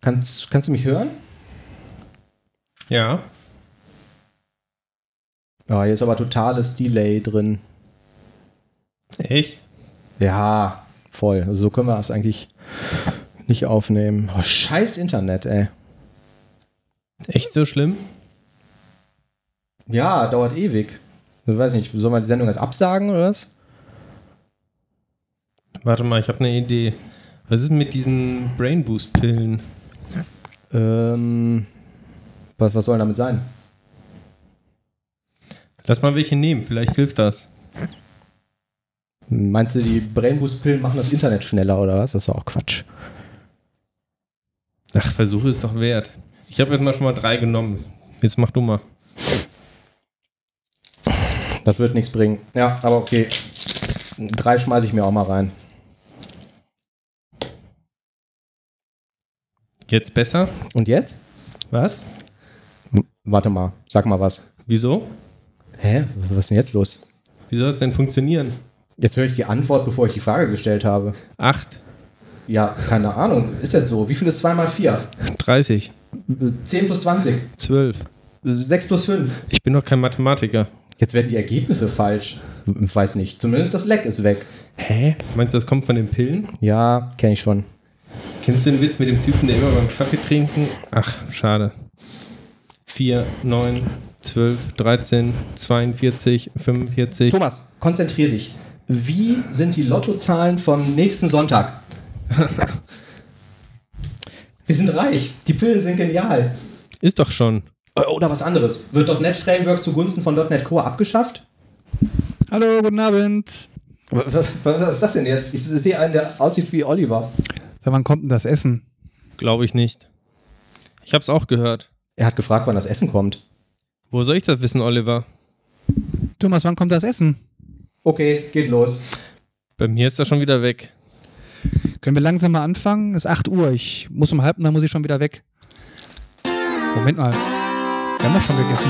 Kannst du mich hören? Ja. Ja, hier ist aber totales Delay drin. Echt? Ja, voll. Also so können wir es eigentlich nicht aufnehmen. Oh, scheiß Internet, ey. Echt so schlimm? Ja, dauert ewig. Ich weiß nicht, sollen wir die Sendung jetzt absagen oder was? Warte mal, ich habe eine Idee. Was ist mit diesen Brain Boost Pillen? Was soll damit sein? Lass mal welche nehmen, vielleicht hilft das. Meinst du, die Brain Boost Pillen machen das Internet schneller oder was? Das ist doch auch Quatsch. Ach, Versuche ist doch wert. Ich habe jetzt mal schon mal 3 genommen. Jetzt mach du mal. Das wird nichts bringen. Ja, aber okay. 3 schmeiße ich mir auch mal rein. Jetzt besser? Und jetzt? Was? Warte mal, sag mal was. Wieso? Hä? Was ist denn jetzt los? Wie soll das denn funktionieren? Jetzt höre ich die Antwort, bevor ich die Frage gestellt habe. 8. Ja, keine Ahnung. Ist jetzt so. Wie viel ist 2 mal 4? 30. 10 plus 20. 12. 6 plus 5. Ich bin doch kein Mathematiker. Jetzt werden die Ergebnisse falsch. Weiß nicht. Zumindest das Leck ist weg. Hä? Meinst du, das kommt von den Pillen? Ja, kenne ich schon. Kennst du den Witz mit dem Typen, der immer beim Kaffee trinken? Ach, schade. 4, 9, 12, 13, 42, 45. Thomas, konzentrier dich. Wie sind die Lottozahlen vom nächsten Sonntag? Wir sind reich. Die Pillen sind genial. Ist doch schon. Oder was anderes. Wird .NET Framework zugunsten von .NET Core abgeschafft? Hallo, guten Abend. Was ist das denn jetzt? Ich sehe einen, der aussieht wie Oliver. Sag, wann kommt denn das Essen? Glaube ich nicht. Ich hab's auch gehört. Er hat gefragt, wann das Essen kommt. Wo soll ich das wissen, Oliver? Thomas, wann kommt das Essen? Okay, geht los. Bei mir ist das schon wieder weg. Können wir langsam mal anfangen? Es ist 8 Uhr. Ich muss um 7:30 muss ich schon wieder weg. Moment mal. Wir haben doch schon gegessen.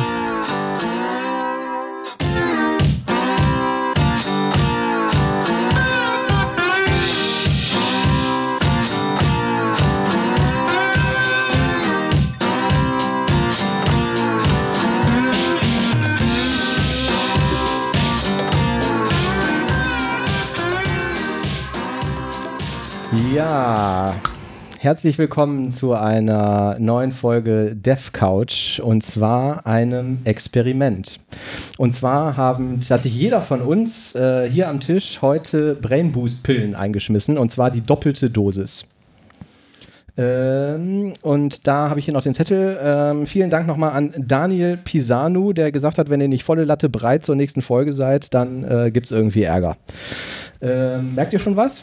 Ja, herzlich willkommen zu einer neuen Folge Dev Couch und zwar einem Experiment. Und zwar hat sich jeder von uns hier am Tisch heute Brain Boost Pillen eingeschmissen und zwar die doppelte Dosis. Und da habe ich hier noch den Zettel. Vielen Dank nochmal an Daniel Pisanu, der gesagt hat, wenn ihr nicht volle Latte breit zur nächsten Folge seid, dann gibt es irgendwie Ärger. Merkt ihr schon was?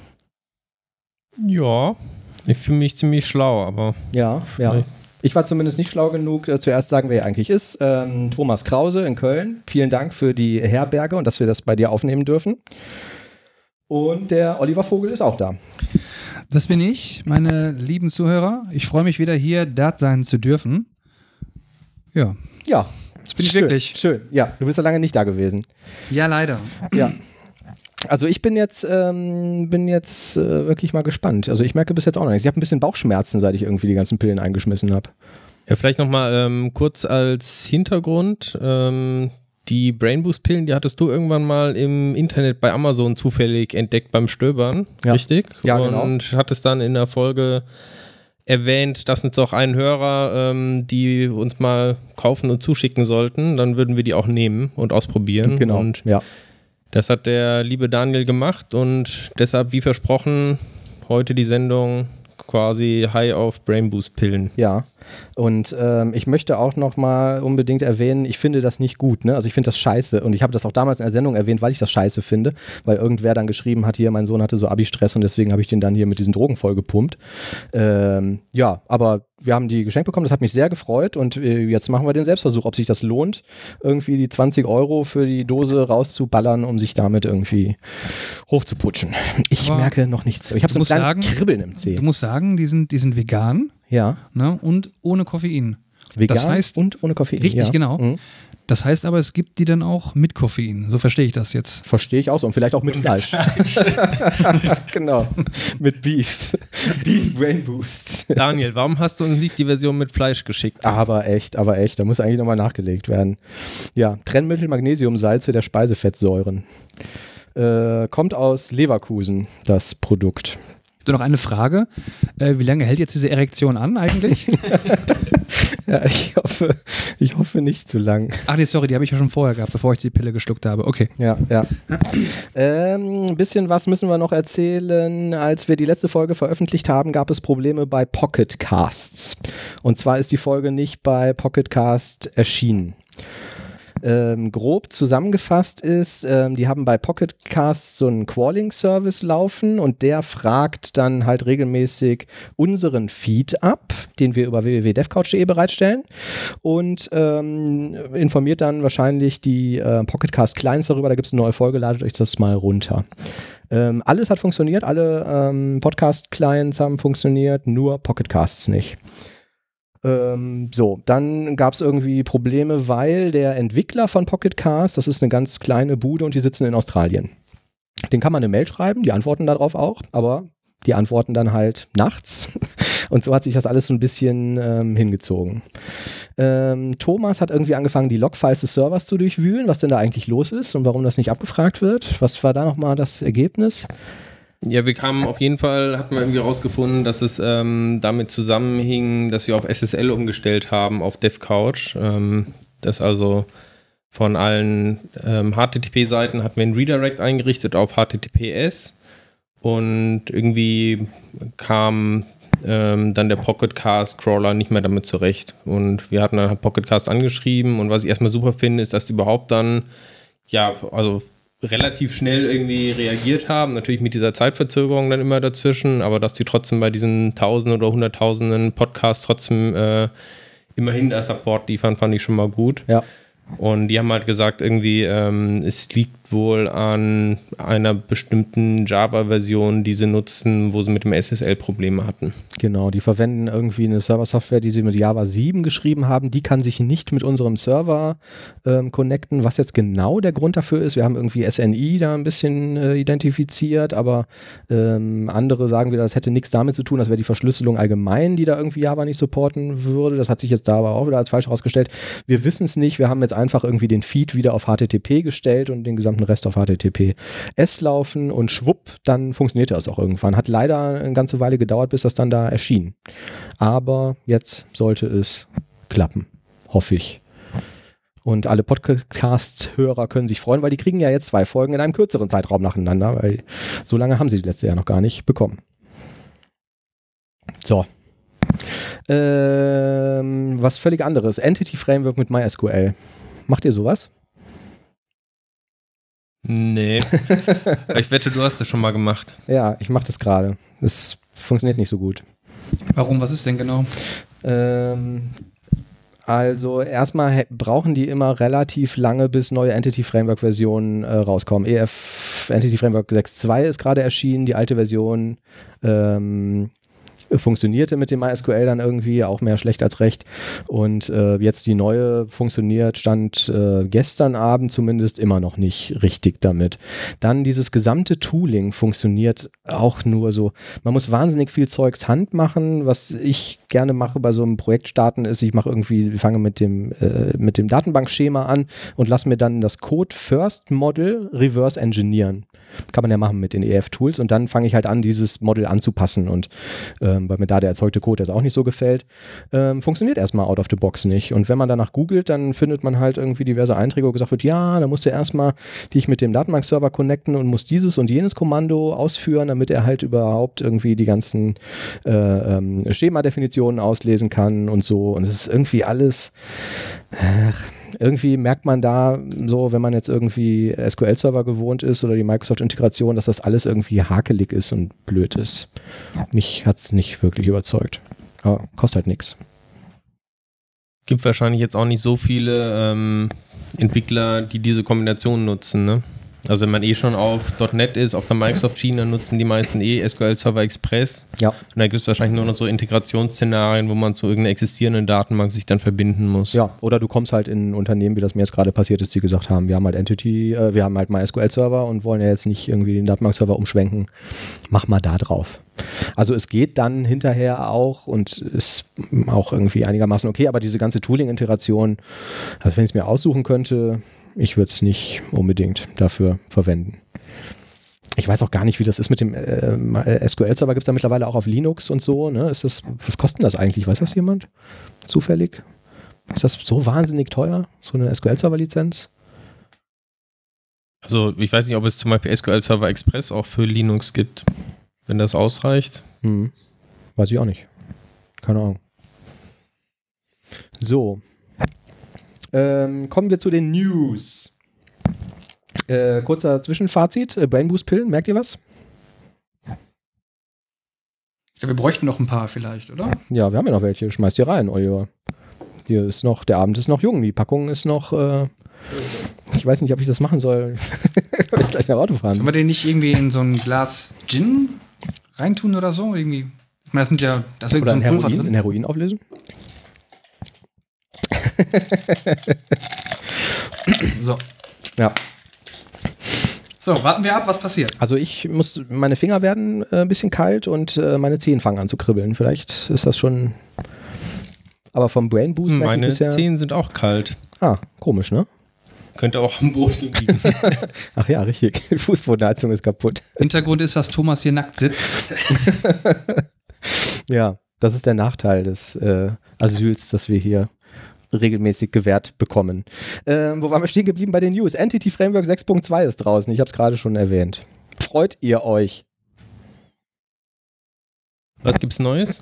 Ja, ich fühle mich ziemlich schlau, aber... Ja. Ich war zumindest nicht schlau genug. Zuerst sagen, wer er eigentlich ist. Thomas Krause in Köln. Vielen Dank für die Herberge und dass wir das bei dir aufnehmen dürfen. Und der Oliver Vogel ist auch da. Das bin ich, meine lieben Zuhörer. Ich freue mich wieder hier, da sein zu dürfen. Ja. Ja. Das bin ich wirklich. Schön. Ja, du bist ja lange nicht da gewesen. Ja, leider. Ja. Also ich bin jetzt wirklich mal gespannt. Also ich merke bis jetzt auch noch nichts. Ich habe ein bisschen Bauchschmerzen, seit ich irgendwie die ganzen Pillen eingeschmissen habe. Ja, vielleicht nochmal kurz als Hintergrund. Die Brain Boost Pillen, die hattest du irgendwann mal im Internet bei Amazon zufällig entdeckt beim Stöbern, ja. Richtig? Ja, genau. Und hattest dann in der Folge erwähnt, dass uns auch einen Hörer, die uns mal kaufen und zuschicken sollten, dann würden wir die auch nehmen und ausprobieren. Genau, und ja. Das hat der liebe Daniel gemacht und deshalb, wie versprochen, heute die Sendung quasi high auf Brain Boost Pillen. Ja, und ich möchte auch noch mal unbedingt erwähnen, ich finde das nicht gut, ne? Also ich finde das scheiße und ich habe das auch damals in der Sendung erwähnt, weil ich das scheiße finde, weil irgendwer dann geschrieben hat, hier, mein Sohn hatte so Abi-Stress und deswegen habe ich den dann hier mit diesen Drogen vollgepumpt. Ja, aber wir haben die geschenkt bekommen, das hat mich sehr gefreut und jetzt machen wir den Selbstversuch, ob sich das lohnt, irgendwie die 20 € für die Dose rauszuballern, um sich damit irgendwie hochzuputschen. Ich merke noch nichts. Ich habe so ein kleines Kribbeln im Zeh. Du musst sagen, die sind vegan. Ja. Ne, und ohne Koffein. Vegan das heißt, und ohne Koffein. Richtig, ja. genau. Mhm. Das heißt aber, es gibt die dann auch mit Koffein. So verstehe ich das jetzt. Verstehe ich auch so. Und vielleicht auch mit Fleisch. Genau. Mit Beef. Beef Brain Boosts. Daniel, warum hast du uns nicht die Version mit Fleisch geschickt? Aber echt. Da muss eigentlich nochmal nachgelegt werden. Ja, Trennmittel Magnesiumsalze der Speisefettsäuren. Kommt aus Leverkusen, das Produkt. So, noch eine Frage. Wie lange hält jetzt diese Erektion an eigentlich? Ja, ich hoffe nicht zu lang. Ach nee, sorry, die habe ich ja schon vorher gehabt, bevor ich die Pille geschluckt habe. Okay. Ja. Ein bisschen was müssen wir noch erzählen. Als wir die letzte Folge veröffentlicht haben, gab es Probleme bei Pocket Casts. Und zwar ist die Folge nicht bei Pocket Cast erschienen. Grob zusammengefasst ist, die haben bei Pocket Casts so einen Crawling-Service laufen und der fragt dann halt regelmäßig unseren Feed ab, den wir über www.devcouch.de bereitstellen und informiert dann wahrscheinlich die Pocket Cast Clients darüber, da gibt es eine neue Folge, ladet euch das mal runter. Alles hat funktioniert, alle Podcast-Clients haben funktioniert, nur Pocket Casts nicht. Dann gab es irgendwie Probleme, weil der Entwickler von Pocket Cast, das ist eine ganz kleine Bude und die sitzen in Australien. Den kann man eine Mail schreiben, die antworten darauf auch, aber die antworten dann halt nachts und so hat sich das alles so ein bisschen hingezogen. Thomas hat irgendwie angefangen, die Logfiles des Servers zu durchwühlen, was denn da eigentlich los ist und warum das nicht abgefragt wird. Was war da nochmal das Ergebnis? Ja, hatten wir irgendwie rausgefunden, dass es damit zusammenhing, dass wir auf SSL umgestellt haben auf DevCouch. Das also von allen HTTP-Seiten hatten wir einen Redirect eingerichtet auf HTTPS und irgendwie kam dann der Pocketcast-Crawler nicht mehr damit zurecht. Und wir hatten dann Pocketcast angeschrieben und was ich erstmal super finde, ist, dass die überhaupt dann, relativ schnell irgendwie reagiert haben, natürlich mit dieser Zeitverzögerung dann immer dazwischen, aber dass die trotzdem bei diesen Tausenden oder Hunderttausenden Podcasts trotzdem immerhin der Support liefern, fand ich schon mal gut. Ja. Und die haben halt gesagt, irgendwie, es liegt wohl an einer bestimmten Java-Version, die sie nutzen, wo sie mit dem SSL Probleme hatten. Genau, die verwenden irgendwie eine Server-Software, die sie mit Java 7 geschrieben haben. Die kann sich nicht mit unserem Server connecten. Was jetzt genau der Grund dafür ist, wir haben irgendwie SNI da ein bisschen identifiziert, aber andere sagen wieder, das hätte nichts damit zu tun, das wäre die Verschlüsselung allgemein, die da irgendwie Java nicht supporten würde. Das hat sich jetzt da aber auch wieder als falsch herausgestellt. Wir wissen es nicht, wir haben jetzt einfach irgendwie den Feed wieder auf HTTP gestellt und den gesamten Rest auf HTTPS laufen und schwupp, dann funktionierte das auch irgendwann. Hat leider eine ganze Weile gedauert, bis das dann da erschien. Aber jetzt sollte es klappen, hoffe ich. Und alle Podcast-Hörer können sich freuen, weil die kriegen ja jetzt 2 Folgen in einem kürzeren Zeitraum nacheinander, weil so lange haben sie die letzte Jahr noch gar nicht bekommen. So. Was völlig anderes. Entity Framework mit MySQL. Macht ihr sowas? Nee. Ich wette, du hast das schon mal gemacht. Ja, ich mache das gerade. Es funktioniert nicht so gut. Warum? Was ist denn genau? Also erstmal brauchen die immer relativ lange, bis neue Entity Framework Versionen rauskommen. Entity Framework 6.2 ist gerade erschienen, die alte Version funktionierte mit dem MySQL dann irgendwie, auch mehr schlecht als recht. Und jetzt die neue funktioniert, stand gestern Abend zumindest immer noch nicht richtig damit. Dann dieses gesamte Tooling funktioniert auch nur so. Man muss wahnsinnig viel Zeugs Hand machen. Was ich gerne mache bei so einem Projekt starten ist, ich fange mit dem Datenbankschema an und lasse mir dann das Code First Model reverse engineeren. Kann man ja machen mit den EF-Tools und dann fange ich halt an, dieses Model anzupassen und weil mir da der erzeugte Code jetzt auch nicht so gefällt, funktioniert erstmal out of the box nicht. Und wenn man danach googelt, dann findet man halt irgendwie diverse Einträge, wo gesagt wird, ja, da musst du erstmal dich mit dem Datenbankserver connecten und musst dieses und jenes Kommando ausführen, damit er halt überhaupt irgendwie die ganzen Schemadefinitionen auslesen kann und so. Und es ist irgendwie alles irgendwie merkt man da so, wenn man jetzt irgendwie SQL-Server gewohnt ist oder die Microsoft-Integration, dass das alles irgendwie hakelig ist und blöd ist. Mich hat es nicht wirklich überzeugt. Aber kostet halt nichts. Gibt wahrscheinlich jetzt auch nicht so viele Entwickler, die diese Kombination nutzen, ne? Also wenn man schon auf .NET ist, auf der Microsoft-Schiene, nutzen die meisten SQL Server Express. Ja. Und da gibt es wahrscheinlich nur noch so Integrationsszenarien, wo man zu irgendeiner existierenden Datenbank sich dann verbinden muss. Ja, oder du kommst halt in ein Unternehmen, wie das mir jetzt gerade passiert ist, die gesagt haben, wir haben halt wir haben halt mal SQL-Server und wollen ja jetzt nicht irgendwie den Datenbankserver umschwenken. Mach mal da drauf. Also es geht dann hinterher auch und ist auch irgendwie einigermaßen okay, aber diese ganze Tooling-Integration, also wenn ich es mir aussuchen könnte, ich würde es nicht unbedingt dafür verwenden. Ich weiß auch gar nicht, wie das ist mit dem SQL-Server. Gibt es da mittlerweile auch auf Linux und so? Ne? Was kostet das eigentlich? Weiß das jemand? Zufällig? Ist das so wahnsinnig teuer? So eine SQL-Server-Lizenz? Also ich weiß nicht, ob es zum Beispiel SQL Server Express auch für Linux gibt, wenn das ausreicht. Weiß ich auch nicht. Keine Ahnung. So. Kommen wir zu den News. Kurzer Zwischenfazit. Brain Boost Pillen, merkt ihr was? Ja, wir bräuchten noch ein paar vielleicht, oder? Ja, wir haben ja noch welche. Schmeißt die rein, Oliver. Hier ist noch, der Abend ist noch jung. Die Packung ist noch, ich weiß nicht, ob ich das machen soll. Wenn ich gleich nach Auto fahren Können wir den nicht irgendwie in so ein Glas Gin reintun oder so? Irgendwie? Ich meine, da ist oder so ein Pulver drin. in Heroin auflösen? So. Ja. So, warten wir ab, was passiert. Also meine Finger werden ein bisschen kalt und meine Zehen fangen an zu kribbeln. Vielleicht ist das schon, aber vom Brain Boost meine Zehen sind auch kalt. Ah, komisch, ne? Könnte auch am Boden liegen. Ach ja, richtig. Die Fußbodenheizung ist kaputt. Hintergrund ist, dass Thomas hier nackt sitzt. Ja, das ist der Nachteil des Asyls, das wir hier regelmäßig gewährt bekommen. Wo waren wir stehen geblieben bei den News? Entity Framework 6.2 ist draußen. Ich habe es gerade schon erwähnt. Freut ihr euch? Was gibt's Neues?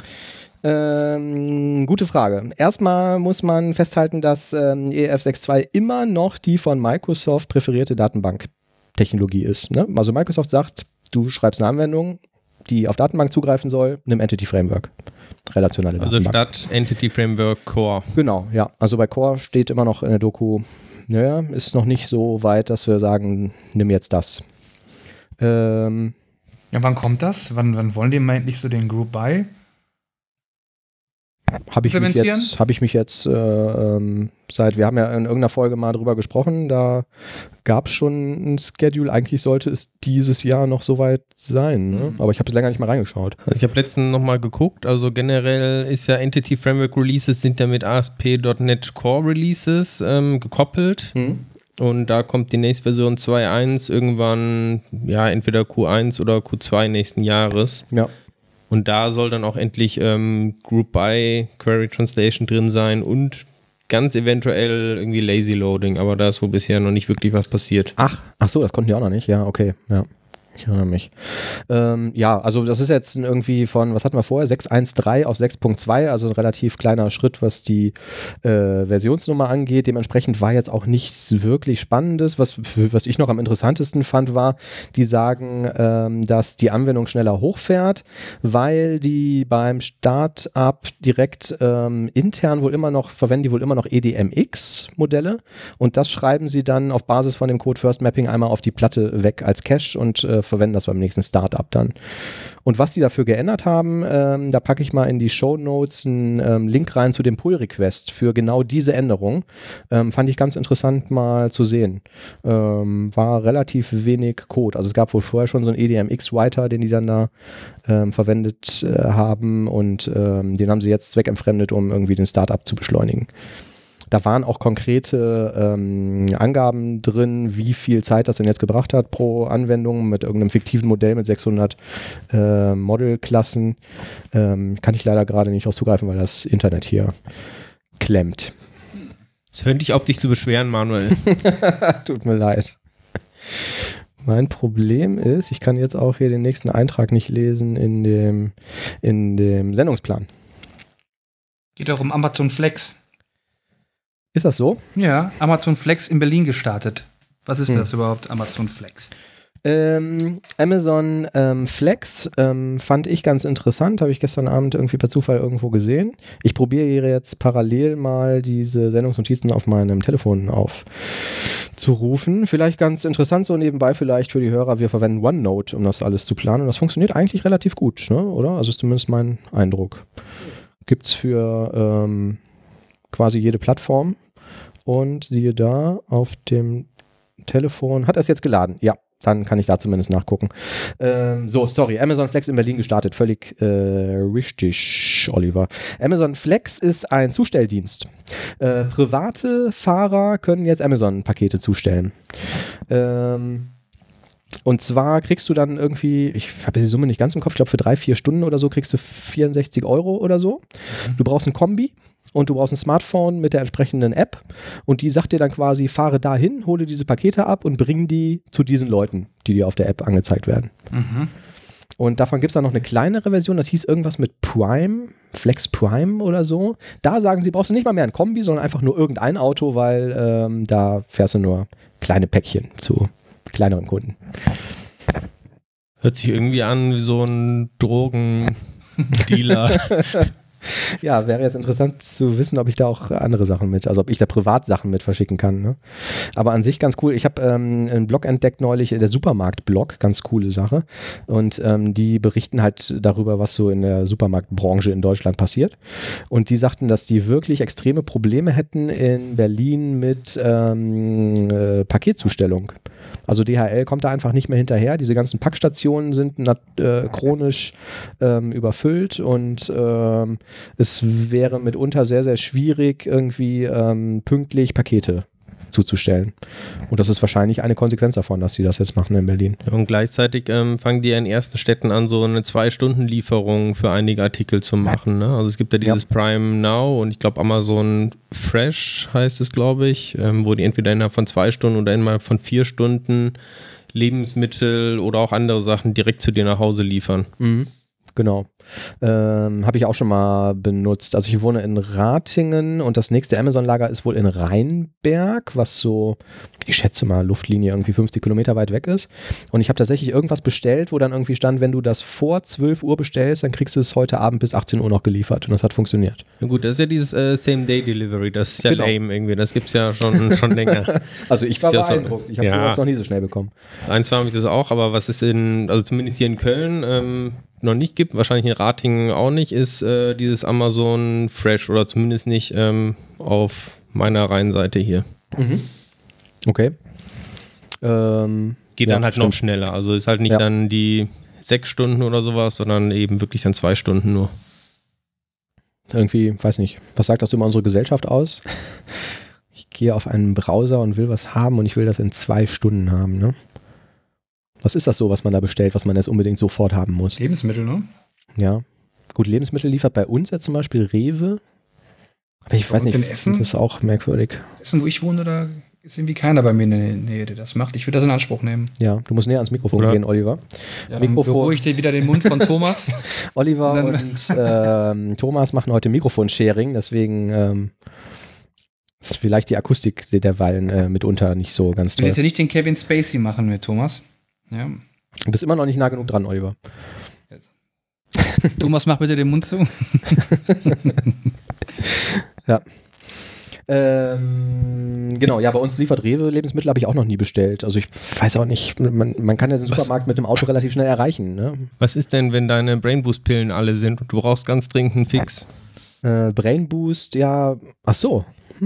Gute Frage. Erstmal muss man festhalten, dass EF 6.2 immer noch die von Microsoft präferierte Datenbank-Technologie ist. Ne? Also Microsoft sagt, du schreibst eine Anwendung, die auf Datenbank zugreifen soll, nimm Entity Framework. Relationale Datenbank. Also statt Entity Framework Core. Genau, ja. Also bei Core steht immer noch in der Doku, naja, ist noch nicht so weit, dass wir sagen, nimm jetzt das. Ja, wann kommt das? Wann wollen die mal endlich so den Group By? Habe ich mich jetzt wir haben ja in irgendeiner Folge mal drüber gesprochen, da gab es schon ein Schedule, eigentlich sollte es dieses Jahr noch soweit sein, ne? Aber ich habe länger nicht mal reingeschaut. Also ich habe letztens nochmal geguckt, also generell ist ja Entity Framework Releases sind ja mit ASP.NET Core Releases gekoppelt. Und da kommt die nächste Version 2.1 irgendwann, ja, entweder Q1 oder Q2 nächsten Jahres. Ja. Und da soll dann auch endlich Group By Query Translation drin sein und ganz eventuell irgendwie Lazy Loading, aber da ist wohl bisher noch nicht wirklich was passiert. Ach so, das konnten die auch noch nicht. Ja, okay, ja. Ich erinnere mich. Ja, also das ist jetzt irgendwie von, was hatten wir vorher, 6.1.3 auf 6.2, also ein relativ kleiner Schritt, was die Versionsnummer angeht. Dementsprechend war jetzt auch nichts wirklich Spannendes. Was ich noch am interessantesten fand, war, die sagen, dass die Anwendung schneller hochfährt, weil die beim Start-up direkt intern verwenden die wohl immer noch EDMX-Modelle und das schreiben sie dann auf Basis von dem Code First Mapping einmal auf die Platte weg als Cache und verwenden das beim nächsten Startup dann. Und was die dafür geändert haben, da packe ich mal in die Shownotes einen Link rein zu dem Pull-Request für genau diese Änderung. Fand ich ganz interessant mal zu sehen. War relativ wenig Code. Also es gab wohl vorher schon so einen EDMX-Writer, den die dann da verwendet haben und den haben sie jetzt zweckentfremdet, um irgendwie den Startup zu beschleunigen. Da waren auch konkrete Angaben drin, wie viel Zeit das denn jetzt gebracht hat pro Anwendung mit irgendeinem fiktiven Modell mit 600 Modelklassen. Kann ich leider gerade nicht drauf zugreifen, weil das Internet hier klemmt. Es hört nicht auf, dich zu beschweren, Manuel. Tut mir leid. Mein Problem ist, ich kann jetzt auch hier den nächsten Eintrag nicht lesen in dem Sendungsplan. Geht auch um Amazon Flex. Ist das so? Ja, Amazon Flex in Berlin gestartet. Was ist das überhaupt, Amazon Flex? Amazon Flex fand ich ganz interessant, habe ich gestern Abend irgendwie per Zufall irgendwo gesehen. Ich probiere jetzt parallel mal diese Sendungsnotizen auf meinem Telefon abzurufen. Vielleicht ganz interessant so nebenbei vielleicht für die Hörer, wir verwenden OneNote, um das alles zu planen und das funktioniert eigentlich relativ gut, ne? Oder? Also ist zumindest mein Eindruck. Gibt es für quasi jede Plattform und siehe da auf dem Telefon, hat er es jetzt geladen? Ja. Dann kann ich da zumindest nachgucken. Sorry, Amazon Flex in Berlin gestartet. Völlig richtig, Oliver. Amazon Flex ist ein Zustelldienst. Private Fahrer können jetzt Amazon-Pakete zustellen. Und zwar kriegst du dann irgendwie, ich habe die Summe nicht ganz im Kopf, ich glaube für 3-4 Stunden oder so kriegst du 64 € oder so. Du brauchst ein Kombi. Und du brauchst ein Smartphone mit der entsprechenden App und die sagt dir dann quasi, fahre dahin, hole diese Pakete ab und bring die zu diesen Leuten, die dir auf der App angezeigt werden. Mhm. Und davon gibt es dann noch eine kleinere Version, das hieß irgendwas mit Prime, Flex Prime oder so. Da sagen sie, brauchst du nicht mal mehr ein Kombi, sondern einfach nur irgendein Auto, weil da fährst du nur kleine Päckchen zu kleineren Kunden. Hört sich irgendwie an wie so ein Drogendealer. Ja, wäre jetzt interessant zu wissen, ob ich da auch andere Sachen also ob ich da Privatsachen mit verschicken kann. Ne? Aber an sich ganz cool. Ich habe einen Blog entdeckt neulich, der Supermarkt-Blog, ganz coole Sache. Und die berichten halt darüber, was so in der Supermarktbranche in Deutschland passiert. Und die sagten, dass die wirklich extreme Probleme hätten in Berlin mit Paketzustellung. Also DHL kommt da einfach nicht mehr hinterher. Diese ganzen Packstationen sind chronisch überfüllt und es wäre mitunter sehr, sehr schwierig, irgendwie pünktlich Pakete zuzustellen. Und das ist wahrscheinlich eine Konsequenz davon, dass sie das jetzt machen in Berlin. Ja, und gleichzeitig fangen die in ersten Städten an, so eine 2-Stunden-Lieferung für einige Artikel zu machen. Ne? Also es gibt ja dieses Prime Now und ich glaube Amazon Fresh heißt es, glaube ich, wo die entweder innerhalb von 2 Stunden oder innerhalb von 4 Stunden Lebensmittel oder auch andere Sachen direkt zu dir nach Hause liefern. Mhm. Genau. Habe ich auch schon mal benutzt. Also ich wohne in Ratingen und das nächste Amazon-Lager ist wohl in Rheinberg, was so, ich schätze mal, Luftlinie irgendwie 50 Kilometer weit weg ist. Und ich habe tatsächlich irgendwas bestellt, wo dann irgendwie stand, wenn du das vor 12 Uhr bestellst, dann kriegst du es heute Abend bis 18 Uhr noch geliefert. Und das hat funktioniert. Ja gut, das ist ja dieses Same-Day-Delivery, das ist ja lame irgendwie. Das gibt es ja schon länger. Also ich war beeindruckt. Ich habe sowas noch nie so schnell bekommen. Zwar habe ich das auch, aber was es also zumindest hier in Köln noch nicht gibt, wahrscheinlich in Ratingen auch nicht, ist dieses Amazon Fresh oder zumindest nicht auf meiner Rheinseite hier. Mhm. Okay. Geht dann halt noch schneller. Also ist halt nicht dann die 6 Stunden oder sowas, sondern eben wirklich dann 2 Stunden nur. Irgendwie, weiß nicht, was sagt das über unsere Gesellschaft aus? Ich gehe auf einen Browser und will was haben und ich will das in 2 Stunden haben, ne? Was ist das so, was man da bestellt, was man jetzt unbedingt sofort haben muss? Lebensmittel, ne? Ja. Gut, Lebensmittel liefert bei uns jetzt zum Beispiel Rewe. Aber ich weiß nicht, in Essen? Das ist auch merkwürdig. Essen, wo ich wohne, da ist irgendwie keiner bei mir in der Nähe, der das macht. Ich würde das in Anspruch nehmen. Ja, du musst näher ans Mikrofon gehen, Oliver. Ja, dann beruhige ich dir wieder den Mund von Thomas. Oliver und Thomas machen heute Mikrofon-Sharing, deswegen ist vielleicht die Akustik derweilen mitunter nicht so ganz toll. Du willst ja nicht den Kevin Spacey machen mit Thomas. Ja. Du bist immer noch nicht nah genug dran, Oliver. Thomas, mach bitte den Mund zu. Ja. Genau, ja, bei uns liefert Rewe Lebensmittel, habe ich auch noch nie bestellt. Also ich weiß auch nicht, man kann ja den Supermarkt mit dem Auto relativ schnell erreichen. Ne? Was ist denn, wenn deine Brainboost-Pillen alle sind und du brauchst ganz dringend einen Fix? Brainboost, ja, ach so.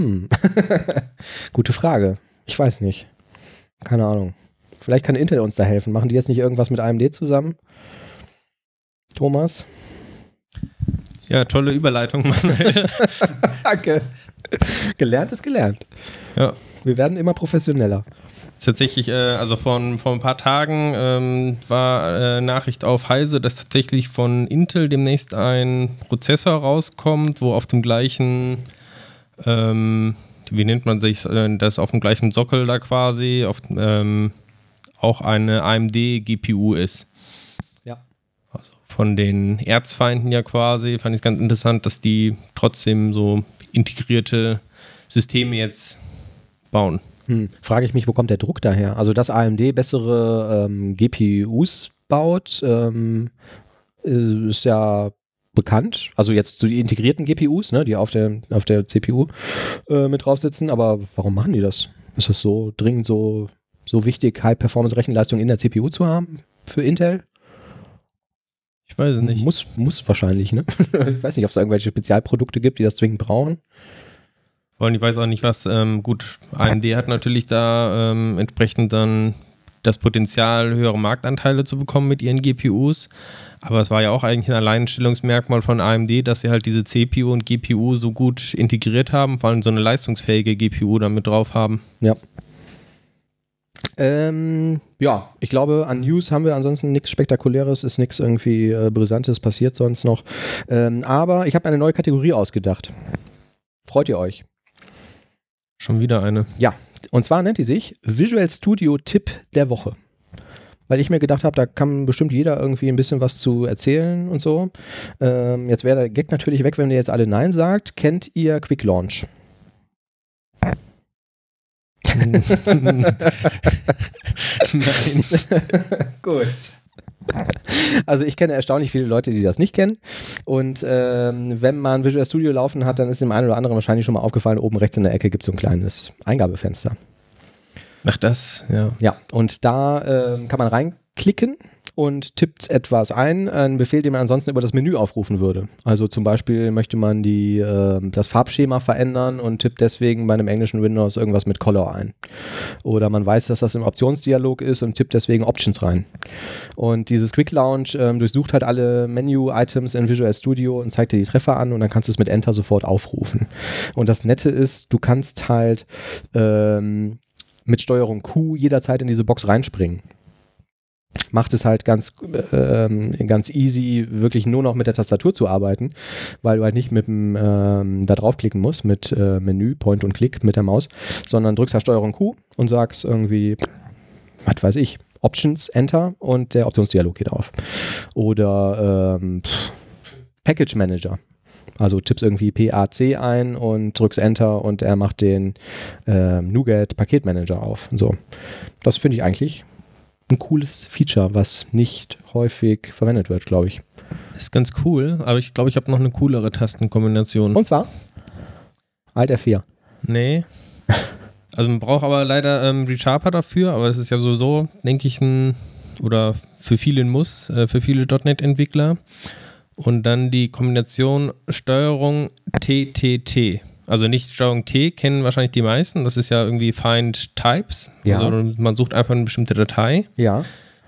Gute Frage. Ich weiß nicht. Keine Ahnung. Vielleicht kann Intel uns da helfen. Machen die jetzt nicht irgendwas mit AMD zusammen? Thomas? Ja, tolle Überleitung, Manuel. Danke. Gelernt ist gelernt. Ja. Wir werden immer professioneller. Tatsächlich, also vor ein paar Tagen war Nachricht auf Heise, dass tatsächlich von Intel demnächst ein Prozessor rauskommt, wo auf dem gleichen wie nennt man sich das, auf dem gleichen Sockel da quasi, auch eine AMD-GPU ist. Ja. Also von den Erzfeinden ja quasi, fand ich es ganz interessant, dass die trotzdem so integrierte Systeme jetzt bauen. Frage ich mich, wo kommt der Druck daher? Also, dass AMD bessere GPUs baut, ist ja bekannt. Also jetzt zu die integrierten GPUs, ne, die auf der CPU mit drauf sitzen, aber warum machen die das? Ist das so dringend so wichtig, High-Performance-Rechenleistung in der CPU zu haben für Intel? Ich weiß es nicht. Muss wahrscheinlich, ne? Ich weiß nicht, ob es irgendwelche Spezialprodukte gibt, die das zwingend brauchen. Und ich weiß auch nicht, was, gut, AMD hat natürlich da entsprechend dann das Potenzial, höhere Marktanteile zu bekommen mit ihren GPUs. Aber es war ja auch eigentlich ein Alleinstellungsmerkmal von AMD, dass sie halt diese CPU und GPU so gut integriert haben, vor allem so eine leistungsfähige GPU damit drauf haben. Ja. Ja, ich glaube, an News haben wir ansonsten nichts Spektakuläres, ist nichts irgendwie Brisantes passiert sonst noch. Aber ich habe eine neue Kategorie ausgedacht. Freut ihr euch? Schon wieder eine. Ja, und zwar nennt die sich Visual Studio Tipp der Woche. Weil ich mir gedacht habe, da kann bestimmt jeder irgendwie ein bisschen was zu erzählen und so. Jetzt wäre der Gag natürlich weg, wenn ihr jetzt alle Nein sagt. Kennt ihr Quick Launch? Nein. Gut. Also ich kenne erstaunlich viele Leute, die das nicht kennen. Und wenn man Visual Studio laufen hat, dann ist dem einen oder anderen wahrscheinlich schon mal aufgefallen, oben rechts in der Ecke gibt es so ein kleines Eingabefenster. Ach das, ja. Ja, und da kann man reinklicken und tippt etwas ein, einen Befehl, den man ansonsten über das Menü aufrufen würde. Also zum Beispiel möchte man das Farbschema verändern und tippt deswegen bei einem englischen Windows irgendwas mit Color ein. Oder man weiß, dass das im Optionsdialog ist und tippt deswegen Options rein. Und dieses Quick Launch durchsucht halt alle Menu-Items in Visual Studio und zeigt dir die Treffer an und dann kannst du es mit Enter sofort aufrufen. Und das Nette ist, du kannst halt mit Steuerung Q jederzeit in diese Box reinspringen. Macht es halt ganz easy, wirklich nur noch mit der Tastatur zu arbeiten, weil du halt nicht mit dem da draufklicken musst, mit Menü, Point und Klick mit der Maus, sondern drückst halt Steuerung Q und sagst irgendwie, was weiß ich, Options, Enter und der Optionsdialog geht auf. Oder Package Manager. Also tippst irgendwie PAC ein und drückst Enter und er macht den NuGet Paketmanager auf. So. Das finde ich eigentlich ein cooles Feature, was nicht häufig verwendet wird, glaube ich. Ist ganz cool, aber ich glaube, ich habe noch eine coolere Tastenkombination. Und zwar? Alt F4. Nee. Also man braucht aber leider ReSharper dafür, aber das ist ja sowieso, denke ich, oder für viele ein Muss, für viele .NET-Entwickler. Und dann die Kombination Steuerung TTT. Also nicht Steuerung T kennen wahrscheinlich die meisten. Das ist ja irgendwie Find Types. Ja. Also man sucht einfach eine bestimmte Datei. Ja.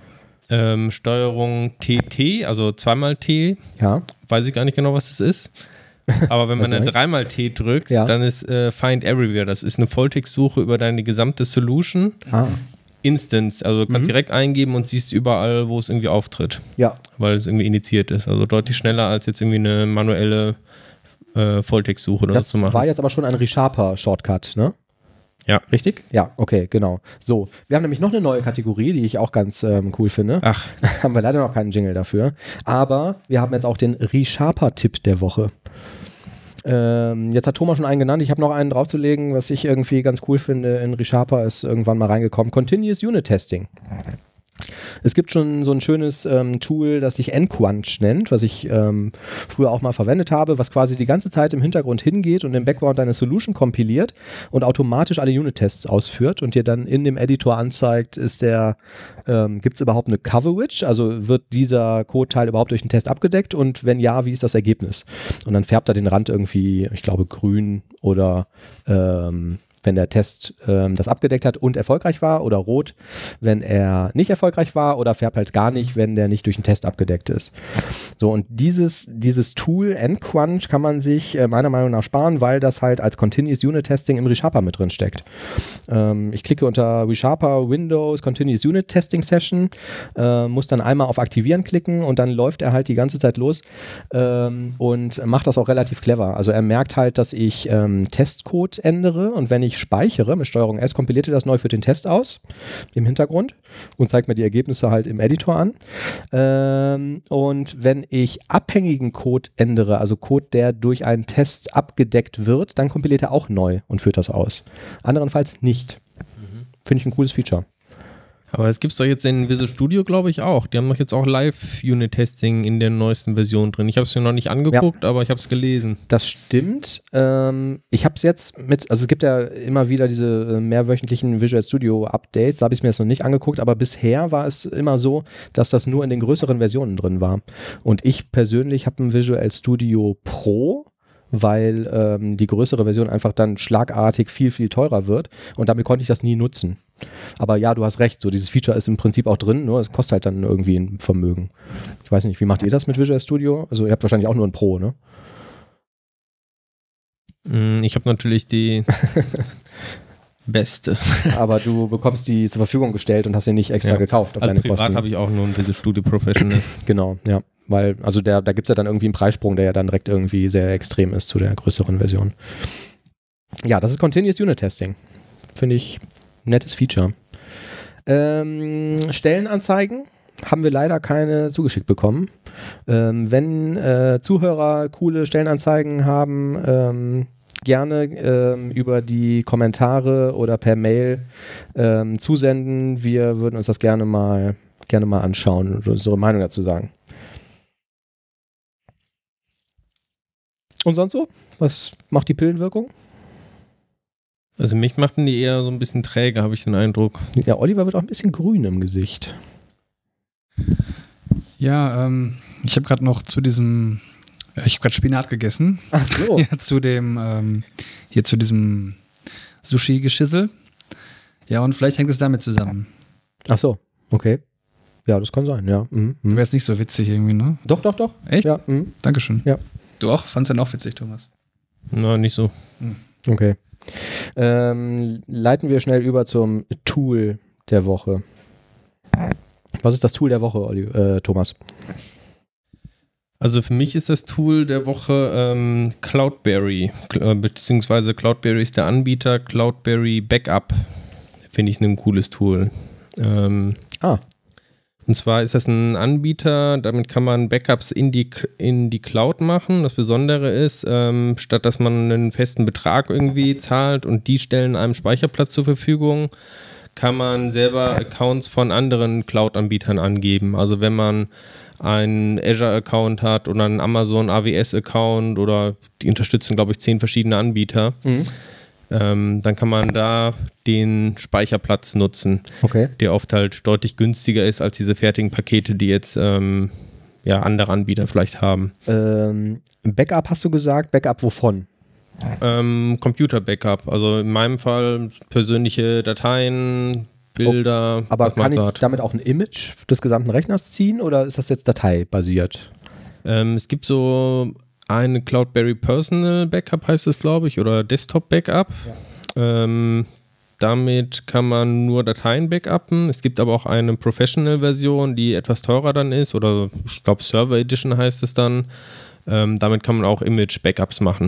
Steuerung TT, also zweimal T. Ja. Weiß ich gar nicht genau, was das ist. Aber wenn man dann dreimal T drückt, dann ist Find Everywhere. Das ist eine Volltextsuche über deine gesamte Solution. Instance. Also du kannst direkt eingeben und siehst überall, wo es irgendwie auftritt. Ja. Weil es irgendwie initiiert ist. Also deutlich schneller als jetzt irgendwie eine manuelle Volltextsuche oder was zu machen. Das war jetzt aber schon ein ReSharper-Shortcut, ne? Ja. Richtig? Ja, okay, genau. So, wir haben nämlich noch eine neue Kategorie, die ich auch ganz cool finde. Ach. Haben wir leider noch keinen Jingle dafür. Aber wir haben jetzt auch den ReSharper-Tipp der Woche. Jetzt hat Thomas schon einen genannt. Ich habe noch einen draufzulegen, was ich irgendwie ganz cool finde. In ReSharper ist irgendwann mal reingekommen. Continuous Unit Testing. Es gibt schon so ein schönes Tool, das sich nQuanch nennt, was ich früher auch mal verwendet habe, was quasi die ganze Zeit im Hintergrund hingeht und im Background eine Solution kompiliert und automatisch alle Unit-Tests ausführt und dir dann in dem Editor anzeigt, gibt es überhaupt eine Coverage, also wird dieser Code-Teil überhaupt durch den Test abgedeckt und wenn ja, wie ist das Ergebnis? Und dann färbt er den Rand irgendwie, ich glaube, grün oder wenn der Test das abgedeckt hat und erfolgreich war oder rot, wenn er nicht erfolgreich war oder färbt halt gar nicht, wenn der nicht durch den Test abgedeckt ist. So, und dieses Tool nQuanch kann man sich meiner Meinung nach sparen, weil das halt als Continuous Unit Testing im ReSharper mit drin steckt. Ich klicke unter ReSharper Windows Continuous Unit Testing Session, muss dann einmal auf Aktivieren klicken und dann läuft er halt die ganze Zeit los und macht das auch relativ clever. Also er merkt halt, dass ich Testcode ändere und wenn ich speichere, mit Steuerung S kompiliert er das neu für den Test aus, im Hintergrund und zeigt mir die Ergebnisse halt im Editor an. Und wenn ich abhängigen Code ändere, also Code, der durch einen Test abgedeckt wird, dann kompiliert er auch neu und führt das aus. Anderenfalls nicht. Finde ich ein cooles Feature. Aber es gibt es doch jetzt in Visual Studio, glaube ich, auch. Die haben doch jetzt auch Live-Unit-Testing in der neuesten Version drin. Ich habe es mir noch nicht angeguckt, aber ich habe es gelesen. Das stimmt. Ich habe es jetzt also es gibt ja immer wieder diese mehrwöchentlichen Visual Studio Updates, da habe ich es mir jetzt noch nicht angeguckt, aber bisher war es immer so, dass das nur in den größeren Versionen drin war. Und ich persönlich habe ein Visual Studio Pro, weil die größere Version einfach dann schlagartig viel, viel teurer wird und damit konnte ich das nie nutzen. Aber ja, du hast recht, so dieses Feature ist im Prinzip auch drin, nur es kostet halt dann irgendwie ein Vermögen. Ich weiß nicht, wie macht ihr das mit Visual Studio? Also ihr habt wahrscheinlich auch nur ein Pro, ne? Ich habe natürlich die beste. Aber du bekommst die zur Verfügung gestellt und hast sie nicht extra gekauft auf also deine privat Kosten. habe ich auch nur ein Visual Studio Professional. Genau, ja. Weil, also da gibt es ja dann irgendwie einen Preissprung, der ja dann direkt irgendwie sehr extrem ist zu der größeren Version. Ja, das ist Continuous Unit Testing. Finde ich ein nettes Feature. Stellenanzeigen haben wir leider keine zugeschickt bekommen. Wenn Zuhörer coole Stellenanzeigen haben, gerne über die Kommentare oder per Mail zusenden. Wir würden uns das gerne mal anschauen und unsere Meinung dazu sagen. Und sonst so? Was macht die Pillenwirkung? Also mich machten die eher so ein bisschen träge, habe ich den Eindruck. Ja, Oliver wird auch ein bisschen grün im Gesicht. Ja, ich habe gerade noch zu diesem, ich habe gerade Spinat gegessen. Ach so. Ja, zu diesem Sushi-Geschissel. Ja, und vielleicht hängt es damit zusammen. Ach so, okay. Ja, das kann sein, ja. Wäre jetzt nicht so witzig irgendwie, ne? Doch. Echt? Ja. Dankeschön. Ja. Du auch? Fandst du denn auch witzig, Thomas? Na, nicht so. Okay. Leiten wir schnell über zum Tool der Woche. Was ist das Tool der Woche, Thomas? Also für mich ist das Tool der Woche Cloudberry, beziehungsweise Cloudberry ist der Anbieter, Cloudberry Backup. Finde ich ein cooles Tool. Und zwar ist das ein Anbieter, damit kann man Backups in die Cloud machen. Das Besondere ist, statt dass man einen festen Betrag irgendwie zahlt und die stellen einem Speicherplatz zur Verfügung, kann man selber Accounts von anderen Cloud-Anbietern angeben. Also wenn man einen Azure-Account hat oder einen Amazon AWS-Account oder die unterstützen, glaube ich, 10 verschiedene Anbieter, dann kann man da den Speicherplatz nutzen, der oft halt deutlich günstiger ist als diese fertigen Pakete, die jetzt andere Anbieter vielleicht haben. Backup hast du gesagt, Backup wovon? Computer-Backup, also in meinem Fall persönliche Dateien, Bilder. Aber kann ich damit auch ein Image des gesamten Rechners ziehen oder ist das jetzt dateibasiert? Es gibt so eine Cloudberry Personal Backup heißt es, glaube ich, oder Desktop Backup. Ja. Damit kann man nur Dateien backuppen. Es gibt aber auch eine Professional-Version, die etwas teurer dann ist, oder ich glaube Server Edition heißt es dann. Damit kann man auch Image-Backups machen.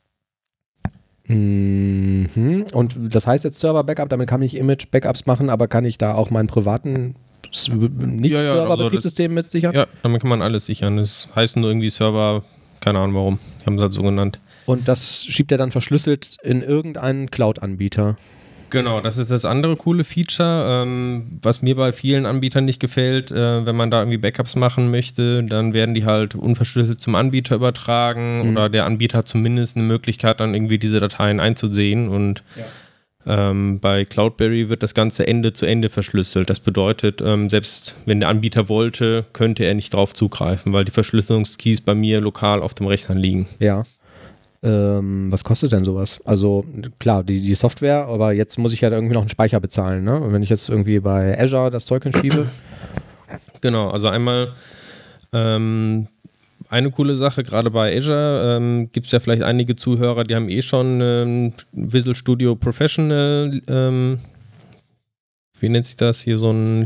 Und das heißt jetzt Server-Backup, damit kann ich Image-Backups machen, aber kann ich da auch meinen privaten Nicht-Server-Betriebssystem mit sichern? Ja, damit kann man alles sichern. Das heißt nur irgendwie Server, keine Ahnung warum, die haben es halt so genannt. Und das schiebt er dann verschlüsselt in irgendeinen Cloud-Anbieter? Genau, das ist das andere coole Feature, was mir bei vielen Anbietern nicht gefällt. Wenn man da irgendwie Backups machen möchte, dann werden die halt unverschlüsselt zum Anbieter übertragen oder der Anbieter hat zumindest eine Möglichkeit, dann irgendwie diese Dateien einzusehen und bei Cloudberry wird das Ganze Ende zu Ende verschlüsselt. Das bedeutet, selbst wenn der Anbieter wollte, könnte er nicht drauf zugreifen, weil die Verschlüsselungskeys bei mir lokal auf dem Rechner liegen. Ja. Was kostet denn sowas? Also klar, die Software, aber jetzt muss ich ja irgendwie noch einen Speicher bezahlen, ne? Und wenn ich jetzt irgendwie bei Azure das Zeug hinschiebe. Genau, also einmal eine coole Sache, gerade bei Azure gibt es ja vielleicht einige Zuhörer, die haben schon Visual Studio Professional, wie nennt sich das hier, so ein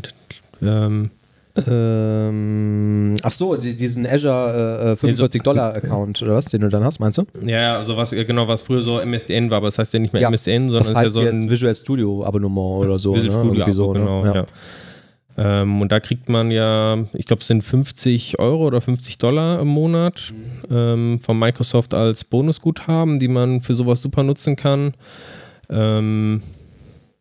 ach so, diesen Azure $45 oder was, den du dann hast, meinst du? Ja, also was früher so MSDN war, aber das heißt ja nicht mehr MSDN, sondern das heißt ja so ein Visual Studio Abonnement oder so. Visual Studio Abo, so, genau, ne? Ja. Und da kriegt man ja, ich glaube es sind $50 oder $50 im Monat von Microsoft als Bonusguthaben, die man für sowas super nutzen kann.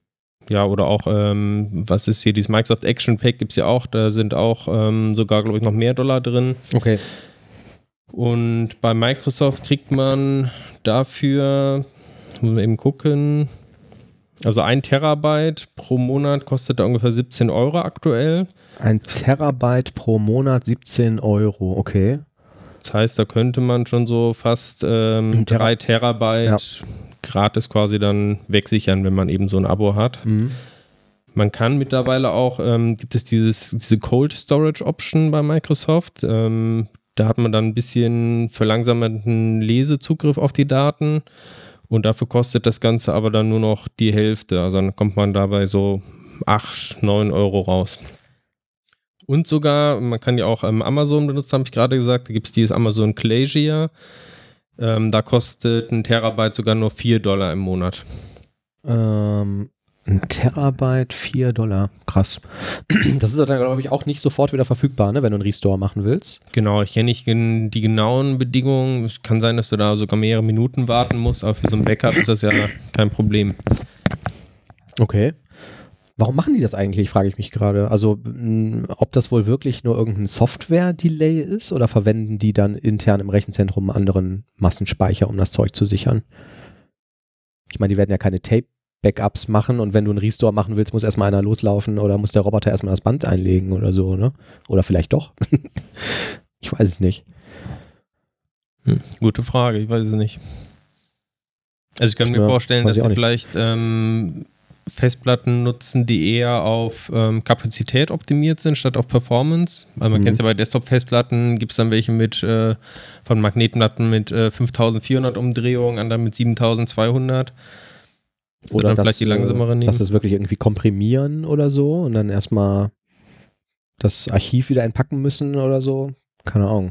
Ja, oder auch, was ist hier, dieses Microsoft Action Pack gibt es ja auch, da sind auch sogar, glaube ich, noch mehr Dollar drin. Okay. Und bei Microsoft kriegt man dafür, muss man eben gucken, also 1 Terabyte pro Monat kostet da ungefähr 17 Euro aktuell. 1 Terabyte pro Monat, 17 Euro, okay. Das heißt, da könnte man schon so fast 3 Terabyte gratis quasi dann wegsichern, wenn man eben so ein Abo hat. Mhm. Man kann mittlerweile auch, gibt es diese Cold Storage Option bei Microsoft. Da hat man dann ein bisschen verlangsamten Lesezugriff auf die Daten und dafür kostet das Ganze aber dann nur noch die Hälfte. Also dann kommt man dabei so 8, 9 Euro raus. Und sogar, man kann ja auch Amazon benutzen, habe ich gerade gesagt. Da gibt es dieses Amazon Glacier. Da kostet 1 Terabyte sogar nur $4 im Monat. 1 Terabyte, $4. Krass. Das ist dann, glaube ich, auch nicht sofort wieder verfügbar, ne, wenn du einen Restore machen willst. Genau, ich kenne nicht die genauen Bedingungen. Es kann sein, dass du da sogar mehrere Minuten warten musst, aber für so ein Backup ist das ja kein Problem. Okay. Warum machen die das eigentlich, frage ich mich gerade. Also, ob das wohl wirklich nur irgendein Software-Delay ist oder verwenden die dann intern im Rechenzentrum einen anderen Massenspeicher, um das Zeug zu sichern? Ich meine, die werden ja keine Tape-Backups machen und wenn du einen Restore machen willst, muss erstmal einer loslaufen oder muss der Roboter erstmal das Band einlegen oder so, ne? Oder vielleicht doch. Ich weiß es nicht. Gute Frage, ich weiß es nicht. Also ich kann mir vorstellen, dass sie vielleicht Festplatten nutzen, die eher auf Kapazität optimiert sind, statt auf Performance. Also man kennt es ja bei Desktop-Festplatten, gibt es dann welche von Magnetplatten mit 5400 Umdrehungen, andere mit 7200. Oder dann vielleicht die langsamere nehmen. Dass es wirklich irgendwie komprimieren oder so und dann erstmal das Archiv wieder entpacken müssen oder so. Keine Ahnung.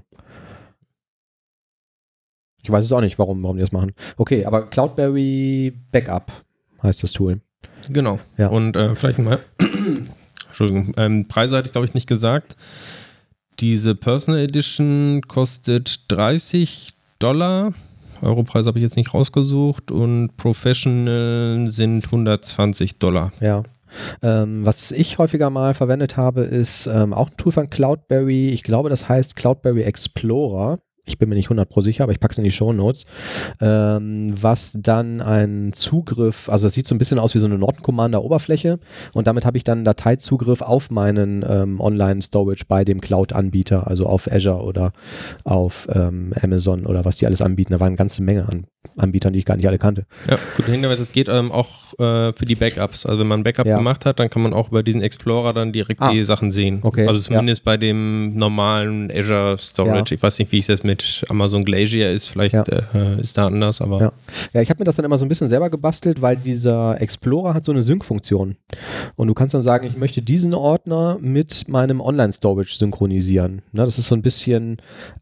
Ich weiß es auch nicht, warum die das machen. Okay, aber Cloudberry Backup heißt das Tool. Genau. Ja. Und vielleicht mal, Entschuldigung, Preise hatte ich glaube ich nicht gesagt. Diese Personal Edition kostet $30. Europreis habe ich jetzt nicht rausgesucht und Professional sind $120. Ja. Was ich häufiger mal verwendet habe, ist auch ein Tool von Cloudberry. Ich glaube, das heißt Cloudberry Explorer. Ich bin mir nicht 100% sicher, aber ich packe es in die Shownotes, was dann einen Zugriff, also das sieht so ein bisschen aus wie so eine Norton Commander Oberfläche und damit habe ich dann Dateizugriff auf meinen Online-Storage bei dem Cloud-Anbieter, also auf Azure oder auf Amazon oder was die alles anbieten. Da waren eine ganze Menge an Anbietern, die ich gar nicht alle kannte. Ja, guter Hinweis, es geht auch für die Backups. Also wenn man ein Backup gemacht hat, dann kann man auch über diesen Explorer dann direkt die Sachen sehen. Okay. Also zumindest bei dem normalen Azure Storage. Ja. Ich weiß nicht, wie es das mit Amazon Glacier ist. Vielleicht ist da anders, aber... Ja, ich habe mir das dann immer so ein bisschen selber gebastelt, weil dieser Explorer hat so eine Sync-Funktion. Und du kannst dann sagen, ich möchte diesen Ordner mit meinem Online-Storage synchronisieren. Ne, das ist so ein bisschen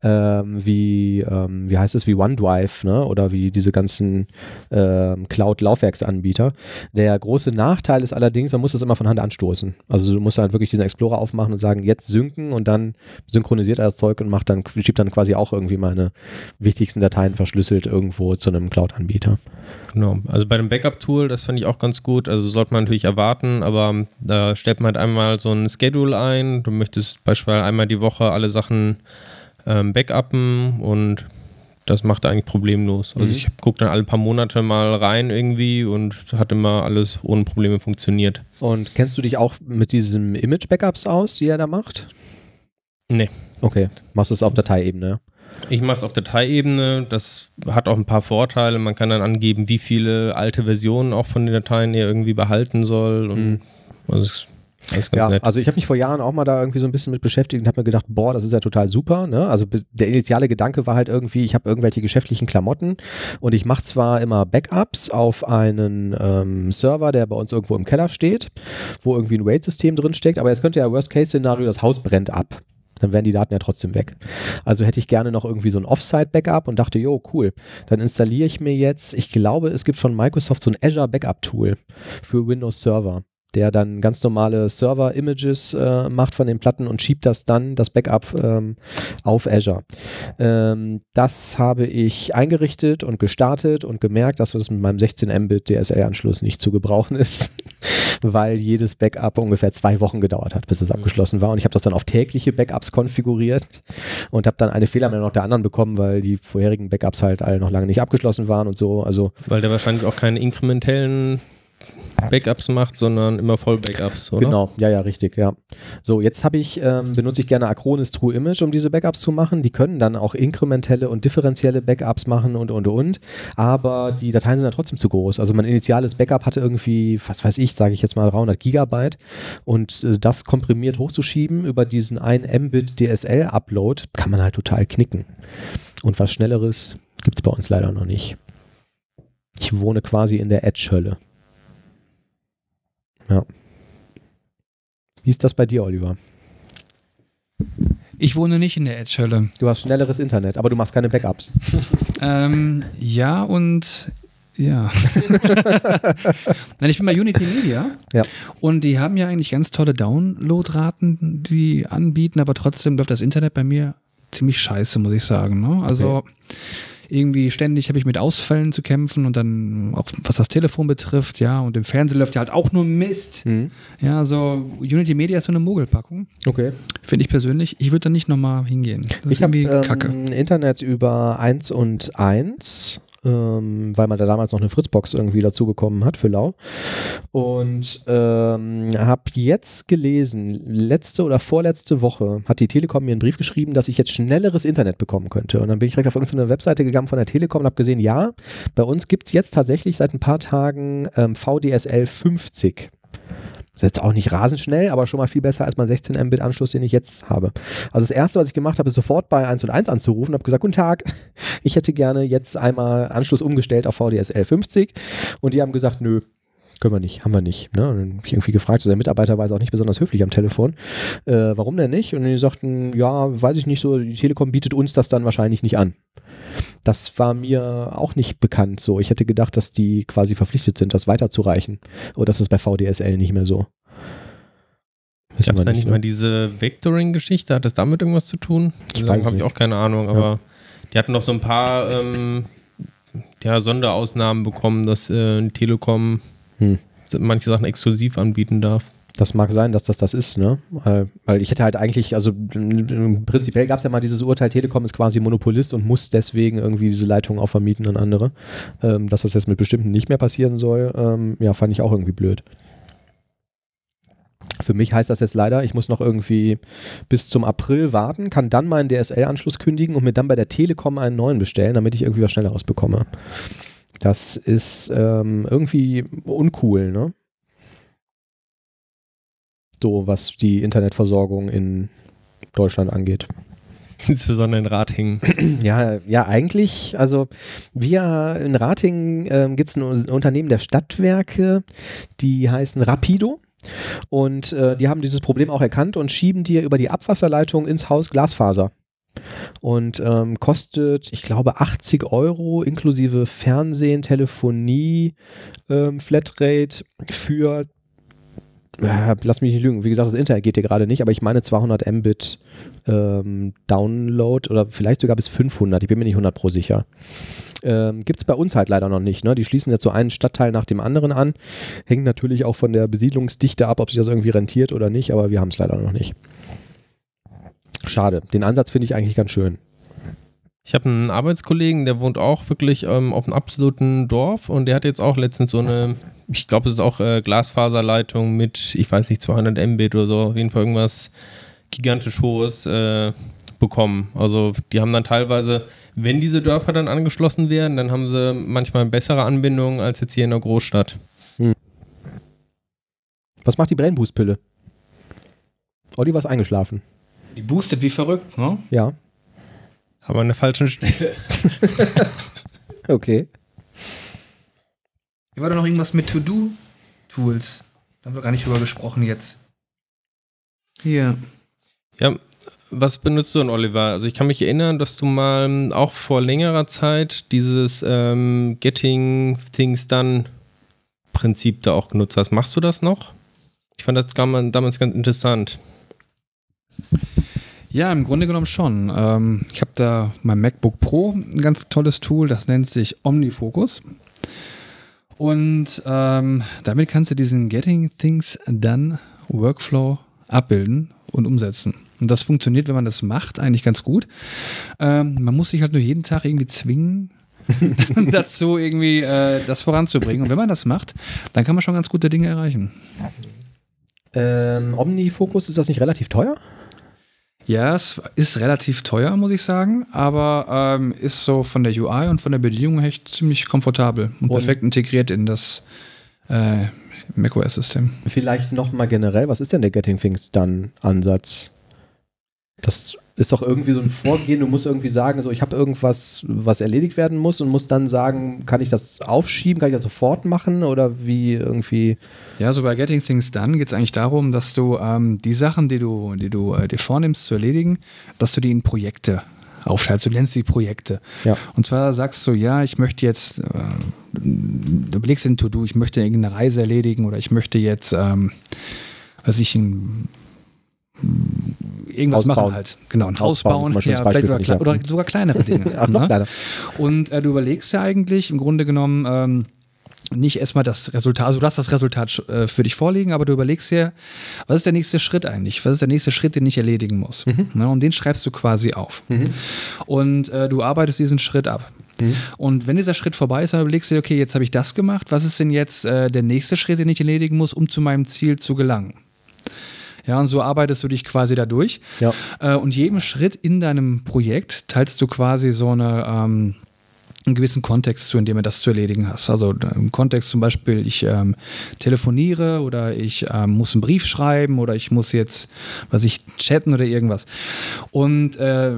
wie heißt es, wie OneDrive, ne? Oder wie diese ganzen Cloud-Laufwerksanbieter. Der große Nachteil ist allerdings, man muss das immer von Hand anstoßen. Also du musst halt wirklich diesen Explorer aufmachen und sagen, jetzt synken und dann synchronisiert er das Zeug und schiebt dann quasi auch irgendwie meine wichtigsten Dateien verschlüsselt irgendwo zu einem Cloud-Anbieter. Genau, also bei dem Backup-Tool, das fand ich auch ganz gut, also sollte man natürlich erwarten, aber da stellt man halt einmal so ein Schedule ein, du möchtest beispielsweise einmal die Woche alle Sachen backuppen und das macht eigentlich problemlos. Also ich gucke dann alle paar Monate mal rein irgendwie und hat immer alles ohne Probleme funktioniert. Und kennst du dich auch mit diesen Image-Backups aus, die er da macht? Nee. Okay, machst du es auf Dateiebene? Ich mache es auf Dateiebene, das hat auch ein paar Vorteile. Man kann dann angeben, wie viele alte Versionen auch von den Dateien er irgendwie behalten soll. Und also alles ganz nett. Also ich habe mich vor Jahren auch mal da irgendwie so ein bisschen mit beschäftigt und habe mir gedacht, boah, das ist ja total super. Ne? Also der initiale Gedanke war halt irgendwie, ich habe irgendwelche geschäftlichen Klamotten und ich mache zwar immer Backups auf einen Server, der bei uns irgendwo im Keller steht, wo irgendwie ein RAID-System drin steckt, aber jetzt könnte ja Worst-Case-Szenario, das Haus brennt ab. Dann wären die Daten ja trotzdem weg. Also hätte ich gerne noch irgendwie so ein Offsite-Backup und dachte, jo, cool, dann installiere ich mir jetzt, ich glaube, es gibt von Microsoft so ein Azure Backup-Tool für Windows Server, der dann ganz normale Server-Images macht von den Platten und schiebt das Backup auf Azure. Das habe ich eingerichtet und gestartet und gemerkt, dass das mit meinem 16 Mbit DSL-Anschluss nicht zu gebrauchen ist, weil jedes Backup ungefähr 2 Wochen gedauert hat, bis es abgeschlossen war. Und ich habe das dann auf tägliche Backups konfiguriert und habe dann eine Fehlermeldung nach der anderen bekommen, weil die vorherigen Backups halt alle noch lange nicht abgeschlossen waren und so. Also weil der wahrscheinlich auch keine inkrementellen Backups macht, sondern immer Voll-Backups, oder? Genau, ja, richtig, ja. So, jetzt benutze ich gerne Acronis True Image, um diese Backups zu machen. Die können dann auch inkrementelle und differenzielle Backups machen und. Aber die Dateien sind dann trotzdem zu groß. Also mein initiales Backup hatte irgendwie, was weiß ich, sage ich jetzt mal 300 Gigabyte und das komprimiert hochzuschieben über diesen 1 Mbit DSL-Upload kann man halt total knicken. Und was Schnelleres gibt es bei uns leider noch nicht. Ich wohne quasi in der Edge-Hölle. Ja. Wie ist das bei dir, Oliver? Ich wohne nicht in der Edge-Hölle. Du hast schnelleres Internet, aber du machst keine Backups. Ja und ja. Nein, ich bin bei Unity Media. Ja. Und die haben ja eigentlich ganz tolle Downloadraten, die anbieten, aber trotzdem läuft das Internet bei mir ziemlich scheiße, muss ich sagen. Ne? Also irgendwie ständig habe ich mit Ausfällen zu kämpfen und dann auch was das Telefon betrifft, ja, und im Fernsehen läuft ja halt auch nur Mist. Ja, also Unity Media ist so eine Mogelpackung. Okay. Finde ich persönlich. Ich würde da nicht nochmal hingehen. Das ich habe Internet über 1&1, weil man da damals noch eine Fritzbox irgendwie dazu bekommen hat für lau. Und habe jetzt gelesen, letzte oder vorletzte Woche hat die Telekom mir einen Brief geschrieben, dass ich jetzt schnelleres Internet bekommen könnte. Und dann bin ich direkt auf irgendeine Webseite gegangen von der Telekom und habe gesehen, ja, bei uns gibt es jetzt tatsächlich seit ein paar Tagen VDSL 50. Das ist jetzt auch nicht rasend schnell, aber schon mal viel besser als mein 16 Mbit Anschluss, den ich jetzt habe. Also das Erste, was ich gemacht habe, ist sofort bei 1&1 anzurufen und habe gesagt, guten Tag, ich hätte gerne jetzt einmal Anschluss umgestellt auf VDSL 50 und die haben gesagt, nö, können wir nicht, haben wir nicht. Ne? Und dann habe ich irgendwie gefragt, so der Mitarbeiter war jetzt auch nicht besonders höflich am Telefon, warum denn nicht? Und die sagten, ja, weiß ich nicht so, die Telekom bietet uns das dann wahrscheinlich nicht an. Das war mir auch nicht bekannt so. Ich hätte gedacht, dass die quasi verpflichtet sind, das weiterzureichen. Oder das ist bei VDSL nicht mehr so. Gab es da nicht mal diese Vectoring-Geschichte? Hat das damit irgendwas zu tun? Da habe ich auch keine Ahnung, aber die hatten noch so ein paar Sonderausnahmen bekommen, dass Telekom manche Sachen exklusiv anbieten darf. Das mag sein, dass das ist, ne? Weil ich hätte halt eigentlich, also prinzipiell gab es ja mal dieses Urteil, Telekom ist quasi Monopolist und muss deswegen irgendwie diese Leitungen auch vermieten an andere. Dass das jetzt mit bestimmten nicht mehr passieren soll, fand ich auch irgendwie blöd. Für mich heißt das jetzt leider, ich muss noch irgendwie bis zum April warten, kann dann meinen DSL-Anschluss kündigen und mir dann bei der Telekom einen neuen bestellen, damit ich irgendwie was Schnelleres bekomme. Das ist irgendwie uncool, ne? So, was die Internetversorgung in Deutschland angeht. Insbesondere in Ratingen. Ja, eigentlich, also wir in Ratingen gibt es ein Unternehmen der Stadtwerke, die heißen Rapido. Und die haben dieses Problem auch erkannt und schieben dir über die Abwasserleitung ins Haus Glasfaser. Und kostet, ich glaube, 80 € inklusive Fernsehen, Telefonie, Flatrate für, lass mich nicht lügen, wie gesagt, das Internet geht hier gerade nicht, aber ich meine 200 Mbit Download oder vielleicht sogar bis 500, ich bin mir nicht 100% sicher. Gibt es bei uns halt leider noch nicht. Ne? Die schließen jetzt so einen Stadtteil nach dem anderen an. Hängt natürlich auch von der Besiedlungsdichte ab, ob sich das irgendwie rentiert oder nicht, aber wir haben es leider noch nicht. Schade. Den Ansatz finde ich eigentlich ganz schön. Ich habe einen Arbeitskollegen, der wohnt auch wirklich auf einem absoluten Dorf und der hat jetzt auch letztens so eine, ich glaube, es ist auch Glasfaserleitung mit, ich weiß nicht, 200 Mbit oder so, auf jeden Fall irgendwas gigantisch Hohes bekommen. Also die haben dann teilweise, wenn diese Dörfer dann angeschlossen werden, dann haben sie manchmal bessere Anbindungen als jetzt hier in der Großstadt. Was macht die Brainboost-Pille? Oliver ist eingeschlafen. Die boostet wie verrückt, ne? Ja. Aber an der falschen Stelle. Okay. Hier war doch noch irgendwas mit To-Do-Tools. Da haben wir gar nicht drüber gesprochen jetzt. Hier. Ja, was benutzt du denn, Oliver? Also ich kann mich erinnern, dass du mal auch vor längerer Zeit dieses Getting Things Done Prinzip da auch genutzt hast. Machst du das noch? Ich fand das damals ganz interessant. Ja, im Grunde genommen schon. Ich habe da mein MacBook Pro, ein ganz tolles Tool, das nennt sich OmniFocus. Und damit kannst du diesen Getting Things Done Workflow abbilden und umsetzen. Und das funktioniert, wenn man das macht, eigentlich ganz gut. Man muss sich halt nur jeden Tag irgendwie zwingen, dazu irgendwie das voranzubringen. Und wenn man das macht, dann kann man schon ganz gute Dinge erreichen. OmniFocus, ist das nicht relativ teuer? Ja, es ist relativ teuer, muss ich sagen, aber ist so von der UI und von der Bedienung echt ziemlich komfortabel und perfekt integriert in das macOS-System. Vielleicht nochmal generell, was ist denn der Getting Things Done Ansatz? Das ist doch irgendwie so ein Vorgehen, du musst irgendwie sagen, so ich habe irgendwas, was erledigt werden muss und muss dann sagen, kann ich das aufschieben, kann ich das sofort machen oder wie irgendwie? Ja, so bei Getting Things Done geht es eigentlich darum, dass du die Sachen, die du dir vornimmst zu erledigen, dass du die in Projekte aufteilst. Du nennst die Projekte. Ja. Und zwar sagst du, ja, ich möchte jetzt, du überlegst in To-Do, ich möchte irgendeine Reise erledigen oder ich möchte jetzt, irgendwas machen halt. Genau, ein Haus bauen, ja, vielleicht oder sogar kleinere Dinge. Ach, noch kleiner. Und du überlegst ja eigentlich im Grunde genommen nicht erstmal das Resultat, also du hast das Resultat für dich vorliegen, aber du überlegst dir, was ist der nächste Schritt eigentlich? Was ist der nächste Schritt, den ich erledigen muss? Ne, und den schreibst du quasi auf. Und du arbeitest diesen Schritt ab. Und wenn dieser Schritt vorbei ist, dann überlegst du dir, okay, jetzt habe ich das gemacht, was ist denn jetzt der nächste Schritt, den ich erledigen muss, um zu meinem Ziel zu gelangen? Ja, und so arbeitest du dich quasi da durch. Ja. Und jedem Schritt in deinem Projekt teilst du quasi so einen gewissen Kontext zu, in dem du das zu erledigen hast. Also im Kontext zum Beispiel, ich telefoniere oder ich muss einen Brief schreiben oder ich muss jetzt, chatten oder irgendwas. Und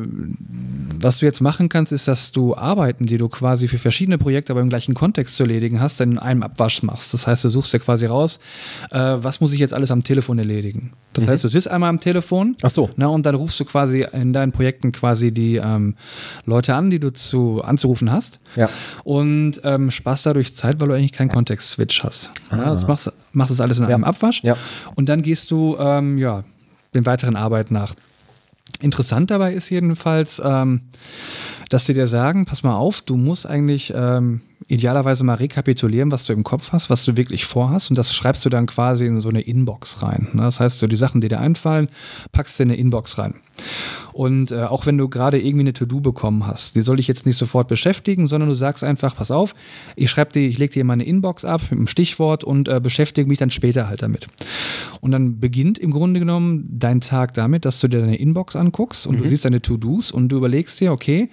was du jetzt machen kannst, ist, dass du Arbeiten, die du quasi für verschiedene Projekte, aber im gleichen Kontext zu erledigen hast, dann in einem Abwasch machst. Das heißt, du suchst ja quasi raus, was muss ich jetzt alles am Telefon erledigen. Das heißt, du sitzt einmal am Telefon. Ach so. Und dann rufst du quasi in deinen Projekten quasi die Leute an, die du anzurufen hast. Ja. Und sparst dadurch Zeit, weil du eigentlich keinen Kontext-Switch hast. Ja, das machst das alles in einem Abwasch. Ja. Und dann gehst du den weiteren Arbeit nach. Interessant dabei ist jedenfalls, dass sie dir sagen, pass mal auf, du musst eigentlich idealerweise mal rekapitulieren, was du im Kopf hast, was du wirklich vorhast, und das schreibst du dann quasi in so eine Inbox rein. Ne? Das heißt, so die Sachen, die dir einfallen, packst du in eine Inbox rein. Und auch wenn du gerade irgendwie eine To-Do bekommen hast, die soll dich jetzt nicht sofort beschäftigen, sondern du sagst einfach, pass auf, ich lege dir meine Inbox ab mit einem Stichwort und beschäftige mich dann später halt damit. Und dann beginnt im Grunde genommen dein Tag damit, dass du dir deine Inbox anguckst und du siehst deine To-Dos und du überlegst dir, okay,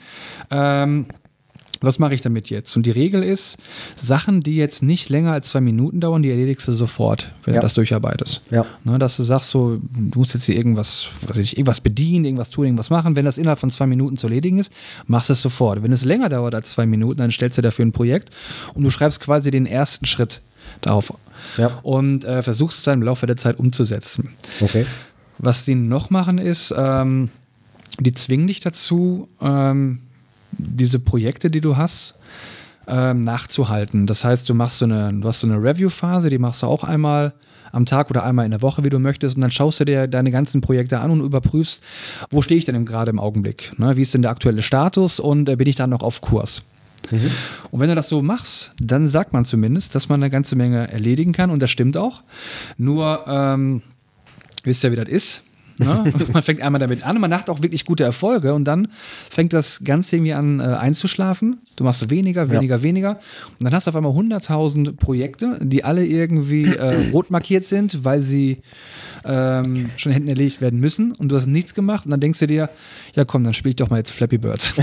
was mache ich damit jetzt? Und die Regel ist, Sachen, die jetzt nicht länger als 2 Minuten dauern, die erledigst du sofort, wenn du das durcharbeitest. Ja. Ne, dass du sagst, so, du musst jetzt hier irgendwas bedienen, irgendwas tun, irgendwas machen. Wenn das innerhalb von 2 Minuten zu erledigen ist, machst du es sofort. Wenn es länger dauert als 2 Minuten, dann stellst du dafür ein Projekt und du schreibst quasi den ersten Schritt darauf und versuchst es dann im Laufe der Zeit umzusetzen. Okay. Was die noch machen ist, die zwingen dich dazu, diese Projekte, die du hast, nachzuhalten. Das heißt, du hast so eine Review-Phase, die machst du auch einmal am Tag oder einmal in der Woche, wie du möchtest, und dann schaust du dir deine ganzen Projekte an und überprüfst, wo stehe ich denn gerade im Augenblick? Ne? Wie ist denn der aktuelle Status und bin ich dann noch auf Kurs? Und wenn du das so machst, dann sagt man zumindest, dass man eine ganze Menge erledigen kann, und das stimmt auch. Nur, wisst ihr, wie das ist? Ne? Man fängt einmal damit an und man hat auch wirklich gute Erfolge, und dann fängt das Ganze irgendwie an einzuschlafen. Du machst weniger. Und dann hast du auf einmal 100.000 Projekte, die alle irgendwie rot markiert sind, weil sie schon hätten erledigt werden müssen, und du hast nichts gemacht, und dann denkst du dir, ja komm, dann spiel ich doch mal jetzt Flappy Bird.